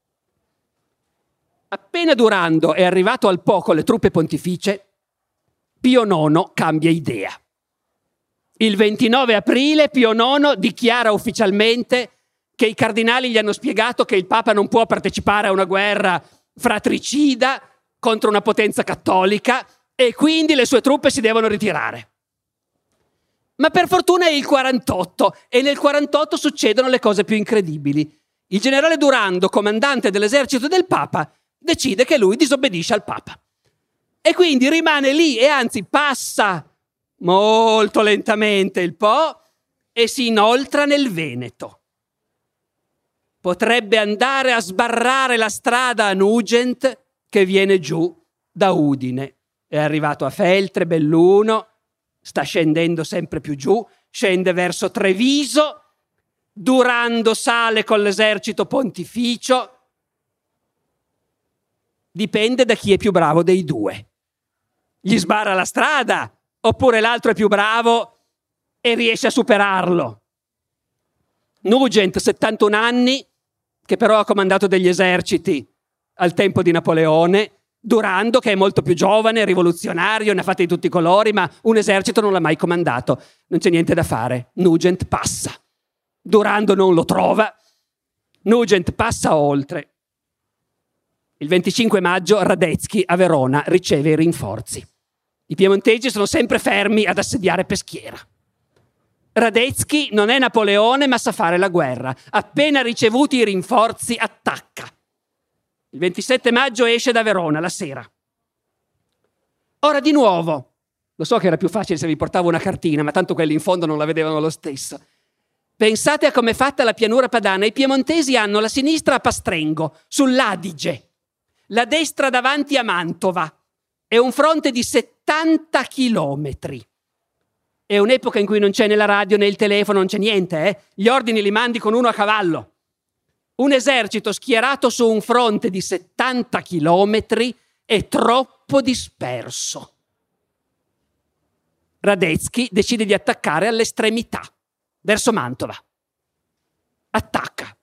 Appena Durando è arrivato al Po con le truppe pontificie, Pio nono cambia idea. Il ventinove aprile Pio nono dichiara ufficialmente che i cardinali gli hanno spiegato che il Papa non può partecipare a una guerra fratricida contro una potenza cattolica e quindi le sue truppe si devono ritirare. Ma per fortuna è il quarantotto e nel quarantotto succedono le cose più incredibili. Il generale Durando, comandante dell'esercito del Papa, decide che lui disobbedisce al Papa. E quindi rimane lì e anzi passa molto lentamente il Po e si inoltra nel Veneto. Potrebbe andare a sbarrare la strada a Nugent che viene giù da Udine. È arrivato a Feltre, Belluno, sta scendendo sempre più giù, scende verso Treviso, Durando sale con l'esercito pontificio. Dipende da chi è più bravo dei due. Gli sbarra la strada, oppure l'altro è più bravo e riesce a superarlo. Nugent, settantuno anni, che però ha comandato degli eserciti al tempo di Napoleone. Durando, che è molto più giovane, rivoluzionario, ne ha fatti di tutti i colori, ma un esercito non l'ha mai comandato. Non c'è niente da fare. Nugent passa. Durando non lo trova. Nugent passa oltre. Il venticinque maggio Radetzky a Verona riceve i rinforzi. I piemontesi sono sempre fermi ad assediare Peschiera. Radetzky non è Napoleone, ma sa fare la guerra. Appena ricevuti i rinforzi, attacca. Il ventisette maggio esce da Verona, la sera. Ora di nuovo, lo so che era più facile se vi portavo una cartina, ma tanto quelli in fondo non la vedevano lo stesso. Pensate a com'è fatta la pianura padana. I piemontesi hanno la sinistra a Pastrengo, sull'Adige, la destra davanti a Mantova. È un fronte di settanta chilometri. È un'epoca in cui non c'è né la radio né il telefono, non c'è niente, eh? Gli ordini li mandi con uno a cavallo. Un esercito schierato su un fronte di settanta chilometri è troppo disperso. Radetzky decide di attaccare all'estremità, verso Mantova. Attacca.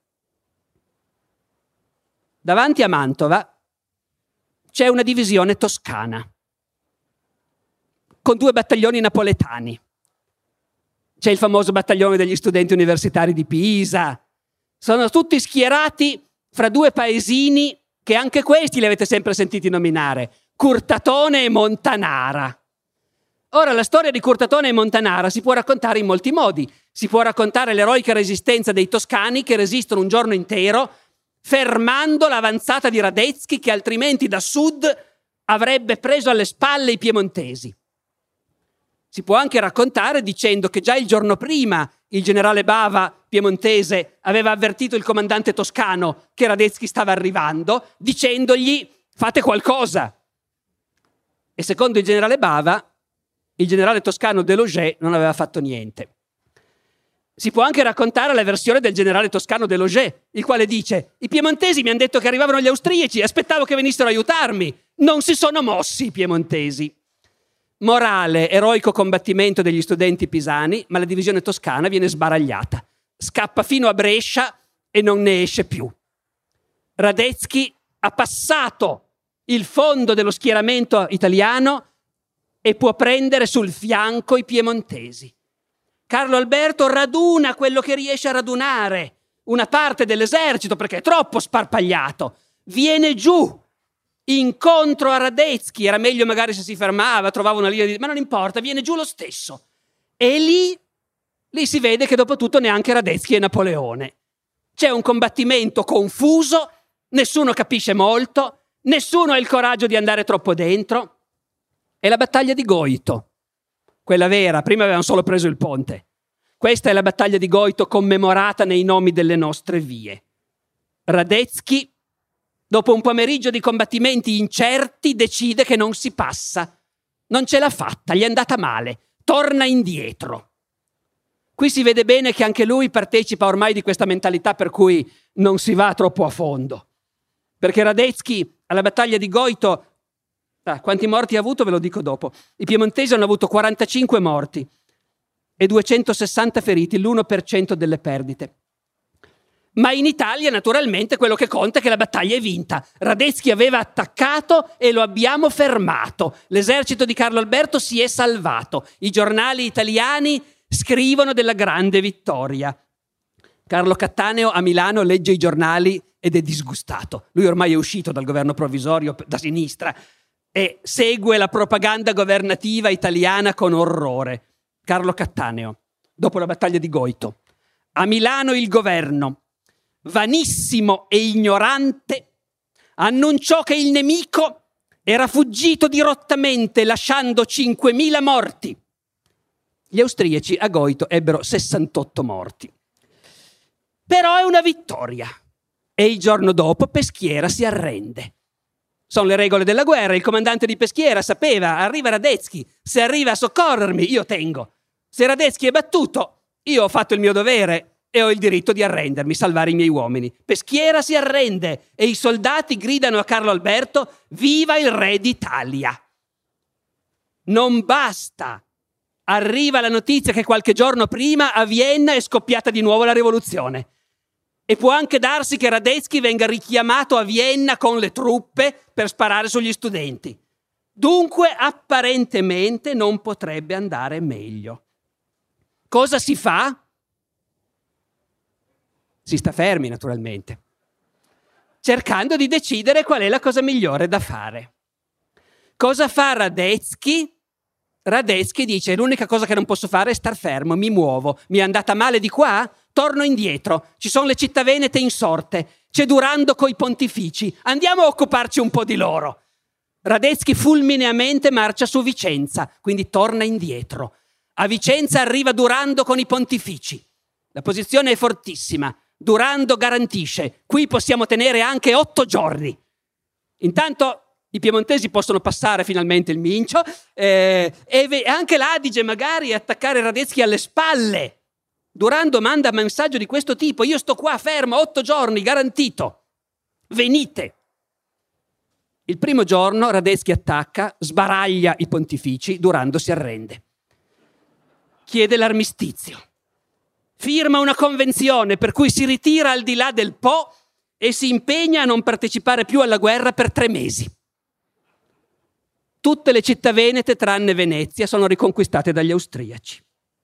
Davanti a Mantova c'è una divisione toscana, con due battaglioni napoletani. C'è il famoso battaglione degli studenti universitari di Pisa. Sono tutti schierati fra due paesini che anche questi li avete sempre sentiti nominare, Curtatone e Montanara. Ora, la storia di Curtatone e Montanara si può raccontare in molti modi. Si può raccontare l'eroica resistenza dei toscani che resistono un giorno intero, fermando l'avanzata di Radetzky che altrimenti da sud avrebbe preso alle spalle i piemontesi. Si può anche raccontare dicendo che già il giorno prima il generale Bava, piemontese, aveva avvertito il comandante toscano che Radetzky stava arrivando, dicendogli fate qualcosa. E secondo il generale Bava, il generale toscano Deloger non aveva fatto niente. Si può anche raccontare la versione del generale toscano Deloger, il quale dice: i piemontesi mi hanno detto che arrivavano gli austriaci, aspettavo che venissero a aiutarmi. Non si sono mossi i piemontesi. Morale, eroico combattimento degli studenti pisani, ma la divisione toscana viene sbaragliata. Scappa fino a Brescia e non ne esce più. Radetzky ha passato il fondo dello schieramento italiano e può prendere sul fianco i piemontesi. Carlo Alberto raduna quello che riesce a radunare, una parte dell'esercito perché è troppo sparpagliato. Viene giù, incontro a Radetzky, era meglio magari se si fermava, trovava una linea di... ma non importa, viene giù lo stesso. E lì, lì si vede che dopo tutto neanche Radetzky è Napoleone. C'è un combattimento confuso, nessuno capisce molto, nessuno ha il coraggio di andare troppo dentro. È la battaglia di Goito, quella vera, prima avevano solo preso il ponte. Questa è la battaglia di Goito commemorata nei nomi delle nostre vie. Radetzky, dopo un pomeriggio di combattimenti incerti, decide che non si passa. Non ce l'ha fatta, gli è andata male, torna indietro. Qui si vede bene che anche lui partecipa ormai di questa mentalità per cui non si va troppo a fondo. Perché Radetzky alla battaglia di Goito, ah, quanti morti ha avuto ve lo dico dopo, i piemontesi hanno avuto quarantacinque morti e duecentosessanta feriti, l'uno per cento delle perdite. Ma in Italia naturalmente quello che conta è che la battaglia è vinta. Radetzky aveva attaccato e lo abbiamo fermato. L'esercito di Carlo Alberto si è salvato. I giornali italiani scrivono della grande vittoria. Carlo Cattaneo a Milano legge i giornali ed è disgustato. Lui ormai è uscito dal governo provvisorio da sinistra e segue la propaganda governativa italiana con orrore. Carlo Cattaneo, dopo la battaglia di Goito. A Milano il governo, vanissimo e ignorante, annunciò che il nemico era fuggito dirottamente lasciando cinquemila morti. Gli austriaci a Goito ebbero sessantotto morti. Però è una vittoria. E il giorno dopo Peschiera si arrende. Sono le regole della guerra. Il comandante di Peschiera sapeva, arriva Radetzky, se arriva a soccorrermi io tengo. Se Radetzky è battuto, io ho fatto il mio dovere e ho il diritto di arrendermi, salvare i miei uomini. Peschiera si arrende e i soldati gridano a Carlo Alberto: viva il re d'Italia! Non basta. Arriva la notizia che qualche giorno prima a Vienna è scoppiata di nuovo la rivoluzione. E può anche darsi che Radetzky venga richiamato a Vienna con le truppe per sparare sugli studenti. Dunque, apparentemente, non potrebbe andare meglio. Cosa si fa? Si sta fermi, naturalmente, cercando di decidere qual è la cosa migliore da fare. Cosa fa Radetzky? Radetzky dice: l'unica cosa che non posso fare è star fermo, mi muovo. Mi è andata male di qua? Torno indietro. Ci sono le città venete insorte. C'è Durando coi pontifici. Andiamo a occuparci un po' di loro. Radetzky fulmineamente marcia su Vicenza, quindi torna indietro. A Vicenza arriva Durando con i pontifici. La posizione è fortissima. Durando garantisce: qui possiamo tenere anche otto giorni. Intanto i piemontesi possono passare finalmente il Mincio eh, e anche l'Adige magari attaccare Radetzky alle spalle. Durando manda un messaggio di questo tipo: io sto qua fermo otto giorni, garantito. Venite. Il primo giorno Radetzky attacca, sbaraglia i pontifici, Durando si arrende. Chiede l'armistizio. Firma una convenzione per cui si ritira al di là del Po e si impegna a non partecipare più alla guerra per tre mesi. Tutte le città venete, tranne Venezia, sono riconquistate dagli austriaci.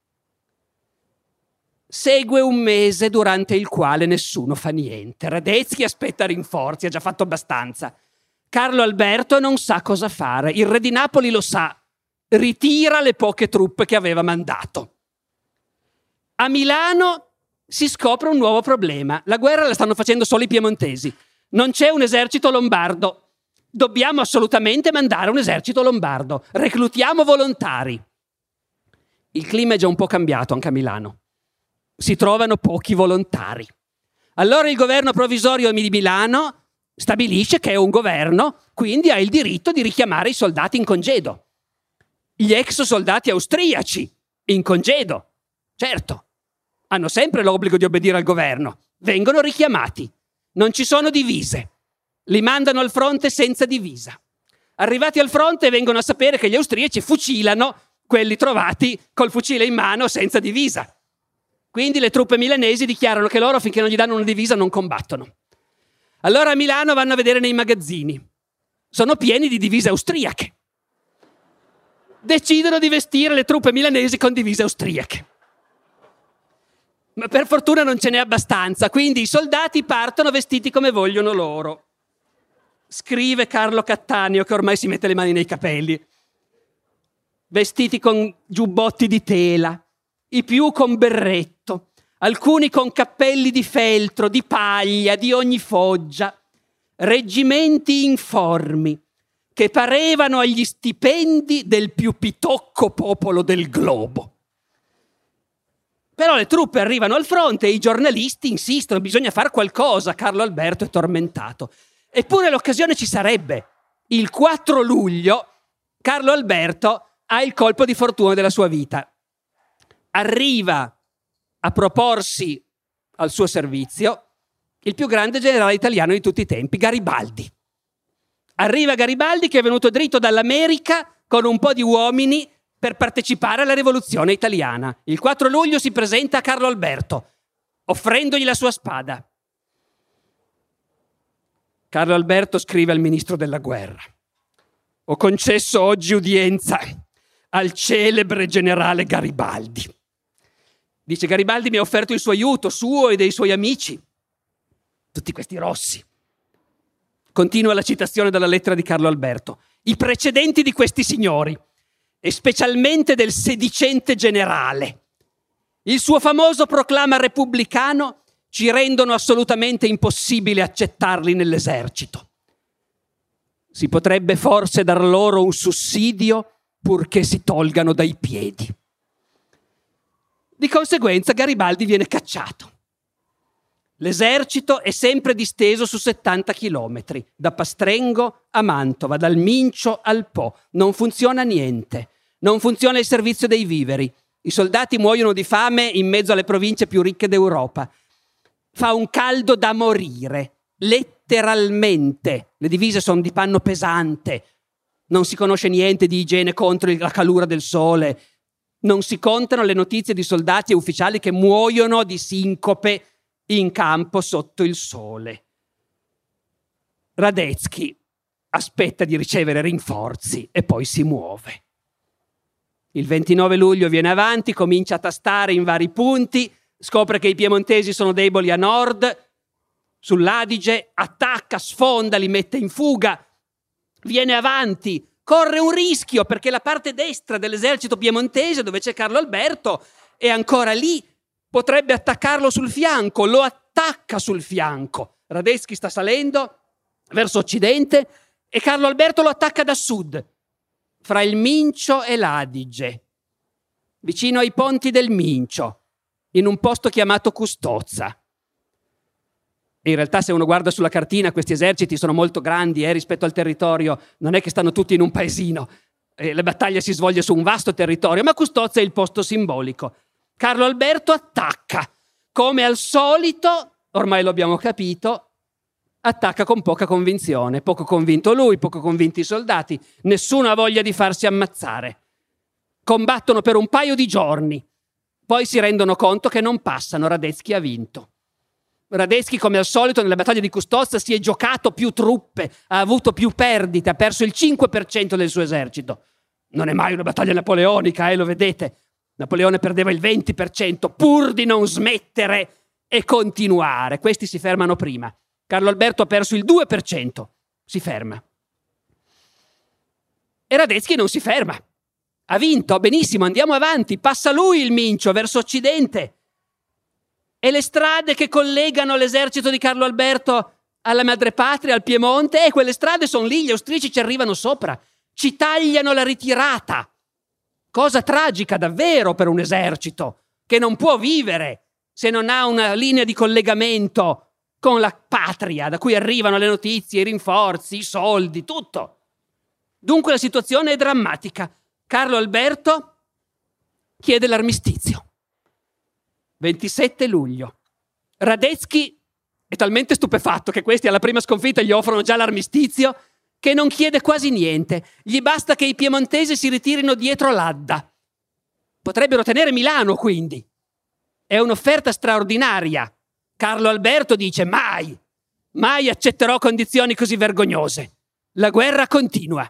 Segue un mese durante il quale nessuno fa niente. Radetzky aspetta rinforzi, ha già fatto abbastanza. Carlo Alberto non sa cosa fare. Il re di Napoli lo sa. Ritira le poche truppe che aveva mandato. A Milano si scopre un nuovo problema. La guerra la stanno facendo solo i piemontesi. Non c'è un esercito lombardo. Dobbiamo assolutamente mandare un esercito lombardo. Reclutiamo volontari. Il clima è già un po' cambiato anche a Milano. Si trovano pochi volontari. Allora il governo provvisorio di Milano stabilisce che è un governo, quindi ha il diritto di richiamare i soldati in congedo. Gli ex soldati austriaci in congedo, certo, hanno sempre l'obbligo di obbedire al governo. Vengono richiamati. Non ci sono divise. Li mandano al fronte senza divisa. Arrivati al fronte vengono a sapere che gli austriaci fucilano quelli trovati col fucile in mano senza divisa. Quindi le truppe milanesi dichiarano che loro, finché non gli danno una divisa, non combattono. Allora a Milano vanno a vedere nei magazzini. Sono pieni di divise austriache. Decidono di vestire le truppe milanesi con divise austriache. Ma per fortuna non ce n'è abbastanza, quindi i soldati partono vestiti come vogliono loro. Scrive Carlo Cattaneo, che ormai si mette le mani nei capelli. Vestiti con giubbotti di tela, i più con berretto, alcuni con cappelli di feltro, di paglia, di ogni foggia, reggimenti informi che parevano agli stipendi del più pitocco popolo del globo. Però le truppe arrivano al fronte e i giornalisti insistono, bisogna fare qualcosa, Carlo Alberto è tormentato. Eppure l'occasione ci sarebbe. Il quattro luglio Carlo Alberto ha il colpo di fortuna della sua vita. Arriva a proporsi al suo servizio il più grande generale italiano di tutti i tempi, Garibaldi. Arriva Garibaldi che è venuto dritto dall'America con un po' di uomini per partecipare alla rivoluzione italiana. Il quattro luglio si presenta a Carlo Alberto, offrendogli la sua spada. Carlo Alberto scrive al ministro della guerra: ho concesso oggi udienza al celebre generale Garibaldi. Dice: Garibaldi mi ha offerto il suo aiuto, suo e dei suoi amici. Tutti questi rossi. Continua la citazione dalla lettera di Carlo Alberto. I precedenti di questi signori, e specialmente del sedicente generale, il suo famoso proclama repubblicano, ci rendono assolutamente impossibile accettarli nell'esercito. Si potrebbe forse dar loro un sussidio purché si tolgano dai piedi. Di conseguenza Garibaldi viene cacciato. L'esercito è sempre disteso su settanta chilometri, da Pastrengo a Mantova, dal Mincio al Po. Non funziona niente. Non funziona il servizio dei viveri. I soldati muoiono di fame in mezzo alle province più ricche d'Europa. Fa un caldo da morire, letteralmente. Le divise sono di panno pesante. Non si conosce niente di igiene contro la calura del sole. Non si contano le notizie di soldati e ufficiali che muoiono di sincope in campo sotto il sole. Radetzky aspetta di ricevere rinforzi e poi si muove. Il ventinove luglio viene avanti, comincia a tastare in vari punti, scopre che i piemontesi sono deboli a nord, sull'Adige, attacca, sfonda, li mette in fuga, viene avanti, corre un rischio perché la parte destra dell'esercito piemontese, dove c'è Carlo Alberto, è ancora lì. Potrebbe attaccarlo sul fianco, lo attacca sul fianco. Radetzky sta salendo verso occidente e Carlo Alberto lo attacca da sud, fra il Mincio e l'Adige, vicino ai ponti del Mincio, in un posto chiamato Custozza. E in realtà se uno guarda sulla cartina questi eserciti sono molto grandi eh, rispetto al territorio, non è che stanno tutti in un paesino, eh, la battaglia si svolge su un vasto territorio, ma Custozza è il posto simbolico. Carlo Alberto attacca, come al solito, ormai lo abbiamo capito, attacca con poca convinzione, poco convinto lui, poco convinti i soldati, nessuno ha voglia di farsi ammazzare. Combattono per un paio di giorni, poi si rendono conto che non passano, Radetzky ha vinto. Radetzky, come al solito, nella battaglia di Custozza si è giocato più truppe, ha avuto più perdite, ha perso il cinque per cento del suo esercito. Non è mai una battaglia napoleonica, eh, lo vedete. Napoleone perdeva il venti per cento pur di non smettere e continuare. Questi si fermano prima. Carlo Alberto ha perso il due per cento. Si ferma. E Radetzky non si ferma. Ha vinto, benissimo, andiamo avanti. Passa lui il Mincio verso occidente. E le strade che collegano l'esercito di Carlo Alberto alla madrepatria, al Piemonte, e quelle strade sono lì, gli austriaci ci arrivano sopra. Ci tagliano la ritirata. Cosa tragica davvero per un esercito che non può vivere se non ha una linea di collegamento con la patria da cui arrivano le notizie, i rinforzi, i soldi, tutto. Dunque la situazione è drammatica. Carlo Alberto chiede l'armistizio. ventisette luglio. Radetzky è talmente stupefatto che questi alla prima sconfitta gli offrono già l'armistizio che non chiede quasi niente. Gli basta che i piemontesi si ritirino dietro l'Adda. Potrebbero tenere Milano, quindi. È un'offerta straordinaria. Carlo Alberto dice: mai, mai accetterò condizioni così vergognose. La guerra continua.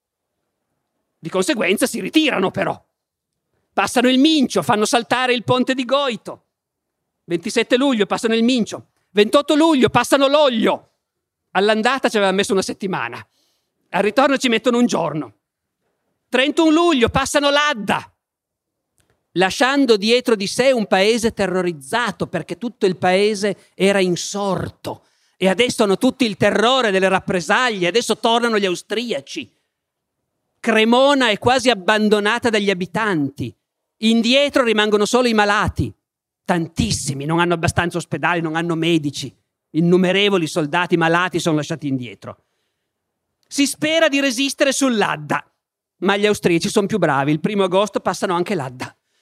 Di conseguenza si ritirano, però. Passano il Mincio, fanno saltare il ponte di Goito. ventisette luglio passano il Mincio. ventotto luglio passano l'Oglio. All'andata ci aveva messo una settimana. Al ritorno ci mettono un giorno. trentuno luglio passano l'Adda, lasciando dietro di sé un paese terrorizzato, perché tutto il paese era insorto e adesso hanno tutti il terrore delle rappresaglie. Adesso tornano gli austriaci. Cremona è quasi abbandonata dagli abitanti. Indietro rimangono solo i malati. Tantissimi, non hanno abbastanza ospedali, non hanno medici. Innumerevoli soldati malati sono lasciati indietro. Si spera di resistere sull'Adda, ma gli austriaci sono più bravi. Il primo agosto passano anche l'Adda.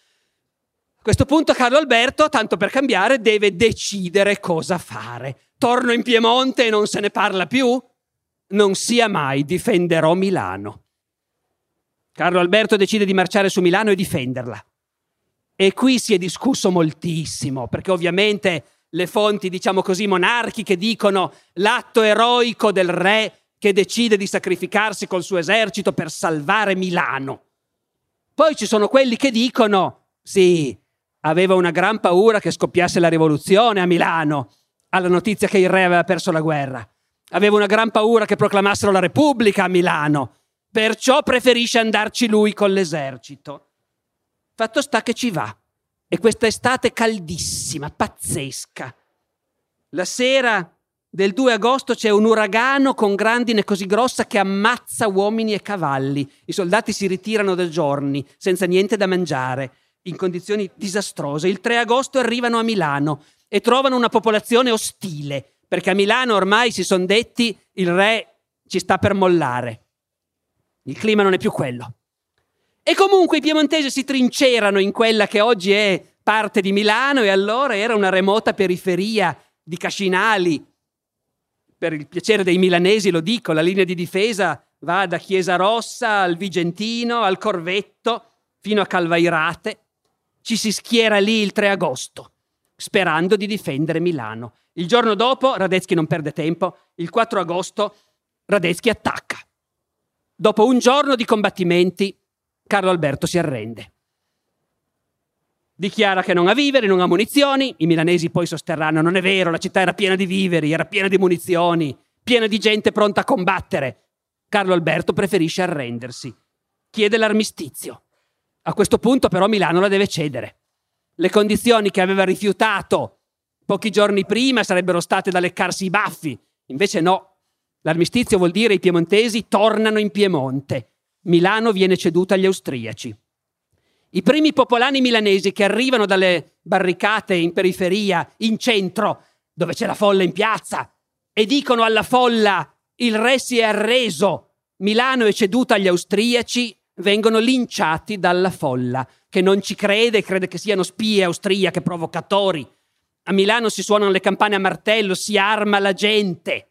A questo punto Carlo Alberto, tanto per cambiare, deve decidere cosa fare. Torno in Piemonte e non se ne parla più? Non sia mai, difenderò Milano. Carlo Alberto decide di marciare su Milano e difenderla. E qui si è discusso moltissimo, perché ovviamente le fonti, diciamo così, monarchiche dicono l'atto eroico del re che decide di sacrificarsi col suo esercito per salvare Milano. Poi ci sono quelli che dicono sì, aveva una gran paura che scoppiasse la rivoluzione a Milano alla notizia che il re aveva perso la guerra. Aveva una gran paura che proclamassero la Repubblica a Milano, perciò preferisce andarci lui con l'esercito. Fatto sta che ci va. E questa estate caldissima, pazzesca. La sera del due agosto c'è un uragano con grandine così grossa che ammazza uomini e cavalli. I soldati si ritirano da giorni, senza niente da mangiare, in condizioni disastrose. Il tre agosto arrivano a Milano e trovano una popolazione ostile, perché a Milano ormai si sono detti il re ci sta per mollare. Il clima non è più quello. E comunque i piemontesi si trincerano in quella che oggi è parte di Milano e allora era una remota periferia di Cascinali. Per il piacere dei milanesi lo dico, la linea di difesa va da Chiesa Rossa al Vigentino, al Corvetto, fino a Calvairate. Ci si schiera lì il tre agosto, sperando di difendere Milano. Il giorno dopo Radetzky non perde tempo, il quattro agosto Radetzky attacca. Dopo un giorno di combattimenti Carlo Alberto si arrende. Dichiara che non ha viveri, non ha munizioni. I milanesi poi sosterranno: non è vero, la città era piena di viveri, era piena di munizioni, piena di gente pronta a combattere. Carlo Alberto preferisce arrendersi. Chiede l'armistizio. A questo punto però Milano la deve cedere. Le condizioni che aveva rifiutato pochi giorni prima sarebbero state da leccarsi i baffi. Invece no. L'armistizio vuol dire i piemontesi tornano in Piemonte. Milano viene ceduta agli austriaci. I primi popolani milanesi che arrivano dalle barricate in periferia, in centro, dove c'è la folla in piazza, e dicono alla folla il re si è arreso, Milano è ceduta agli austriaci, vengono linciati dalla folla, che non ci crede, crede che siano spie austriache, provocatori. A Milano si suonano le campane a martello, si arma la gente.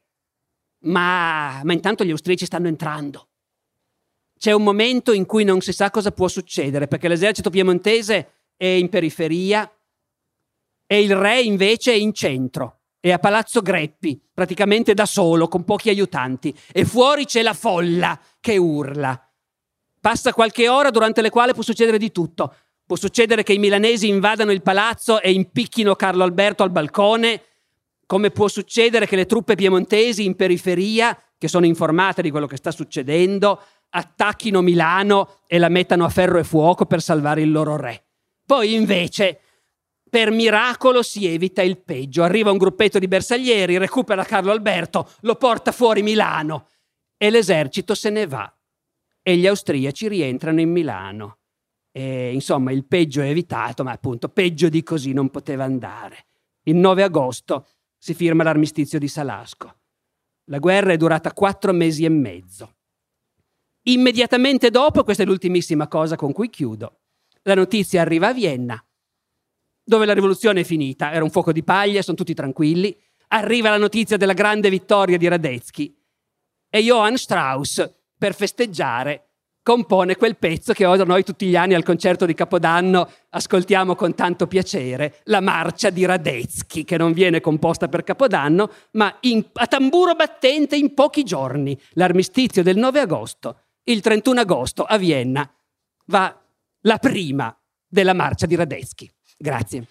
Ma, ma intanto gli austriaci stanno entrando. C'è un momento in cui non si sa cosa può succedere, perché l'esercito piemontese è in periferia e il re invece è in centro, è a Palazzo Greppi, praticamente da solo, con pochi aiutanti, e fuori c'è la folla che urla. Passa qualche ora durante le quali può succedere di tutto. Può succedere che i milanesi invadano il palazzo e impicchino Carlo Alberto al balcone, come può succedere che le truppe piemontesi in periferia, che sono informate di quello che sta succedendo, attacchino Milano e la mettano a ferro e fuoco per salvare il loro re. Poi invece, per miracolo, si evita il peggio. Arriva un gruppetto di bersaglieri, recupera Carlo Alberto, lo porta fuori Milano e l'esercito se ne va. E gli austriaci rientrano in Milano. E, insomma, il peggio è evitato, ma appunto peggio di così non poteva andare. Il nove agosto si firma l'armistizio di Salasco. La guerra è durata quattro mesi e mezzo. Immediatamente dopo, questa è l'ultimissima cosa con cui chiudo, la notizia arriva a Vienna, dove la rivoluzione è finita, era un fuoco di paglia, sono tutti tranquilli, arriva la notizia della grande vittoria di Radetzky e Johann Strauss, per festeggiare, compone quel pezzo che ora noi tutti gli anni al concerto di Capodanno ascoltiamo con tanto piacere, la marcia di Radetzky, che non viene composta per Capodanno, ma in, a tamburo battente in pochi giorni, l'armistizio del nove agosto, il trentuno agosto a Vienna, va la prima della marcia di Radetzky. Grazie.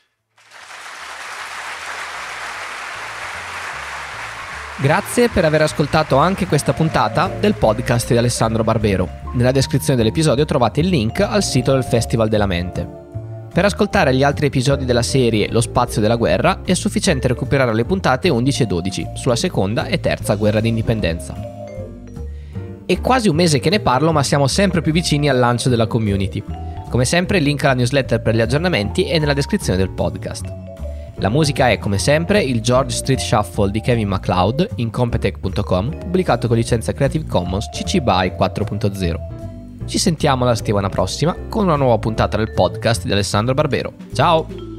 Grazie per aver ascoltato anche questa puntata del podcast di Alessandro Barbero. Nella descrizione dell'episodio trovate il link al sito del Festival della Mente. Per ascoltare gli altri episodi della serie Lo spazio della guerra è sufficiente recuperare le puntate undici e dodici sulla seconda e terza guerra d'indipendenza. È quasi un mese che ne parlo, ma siamo sempre più vicini al lancio della community. Come sempre il link alla newsletter per gli aggiornamenti è nella descrizione del podcast. La musica è, come sempre, il George Street Shuffle di Kevin MacLeod in Competech punto com, pubblicato con licenza Creative Commons C C B Y quattro punto zero. Ci sentiamo la settimana prossima con una nuova puntata del podcast di Alessandro Barbero. Ciao!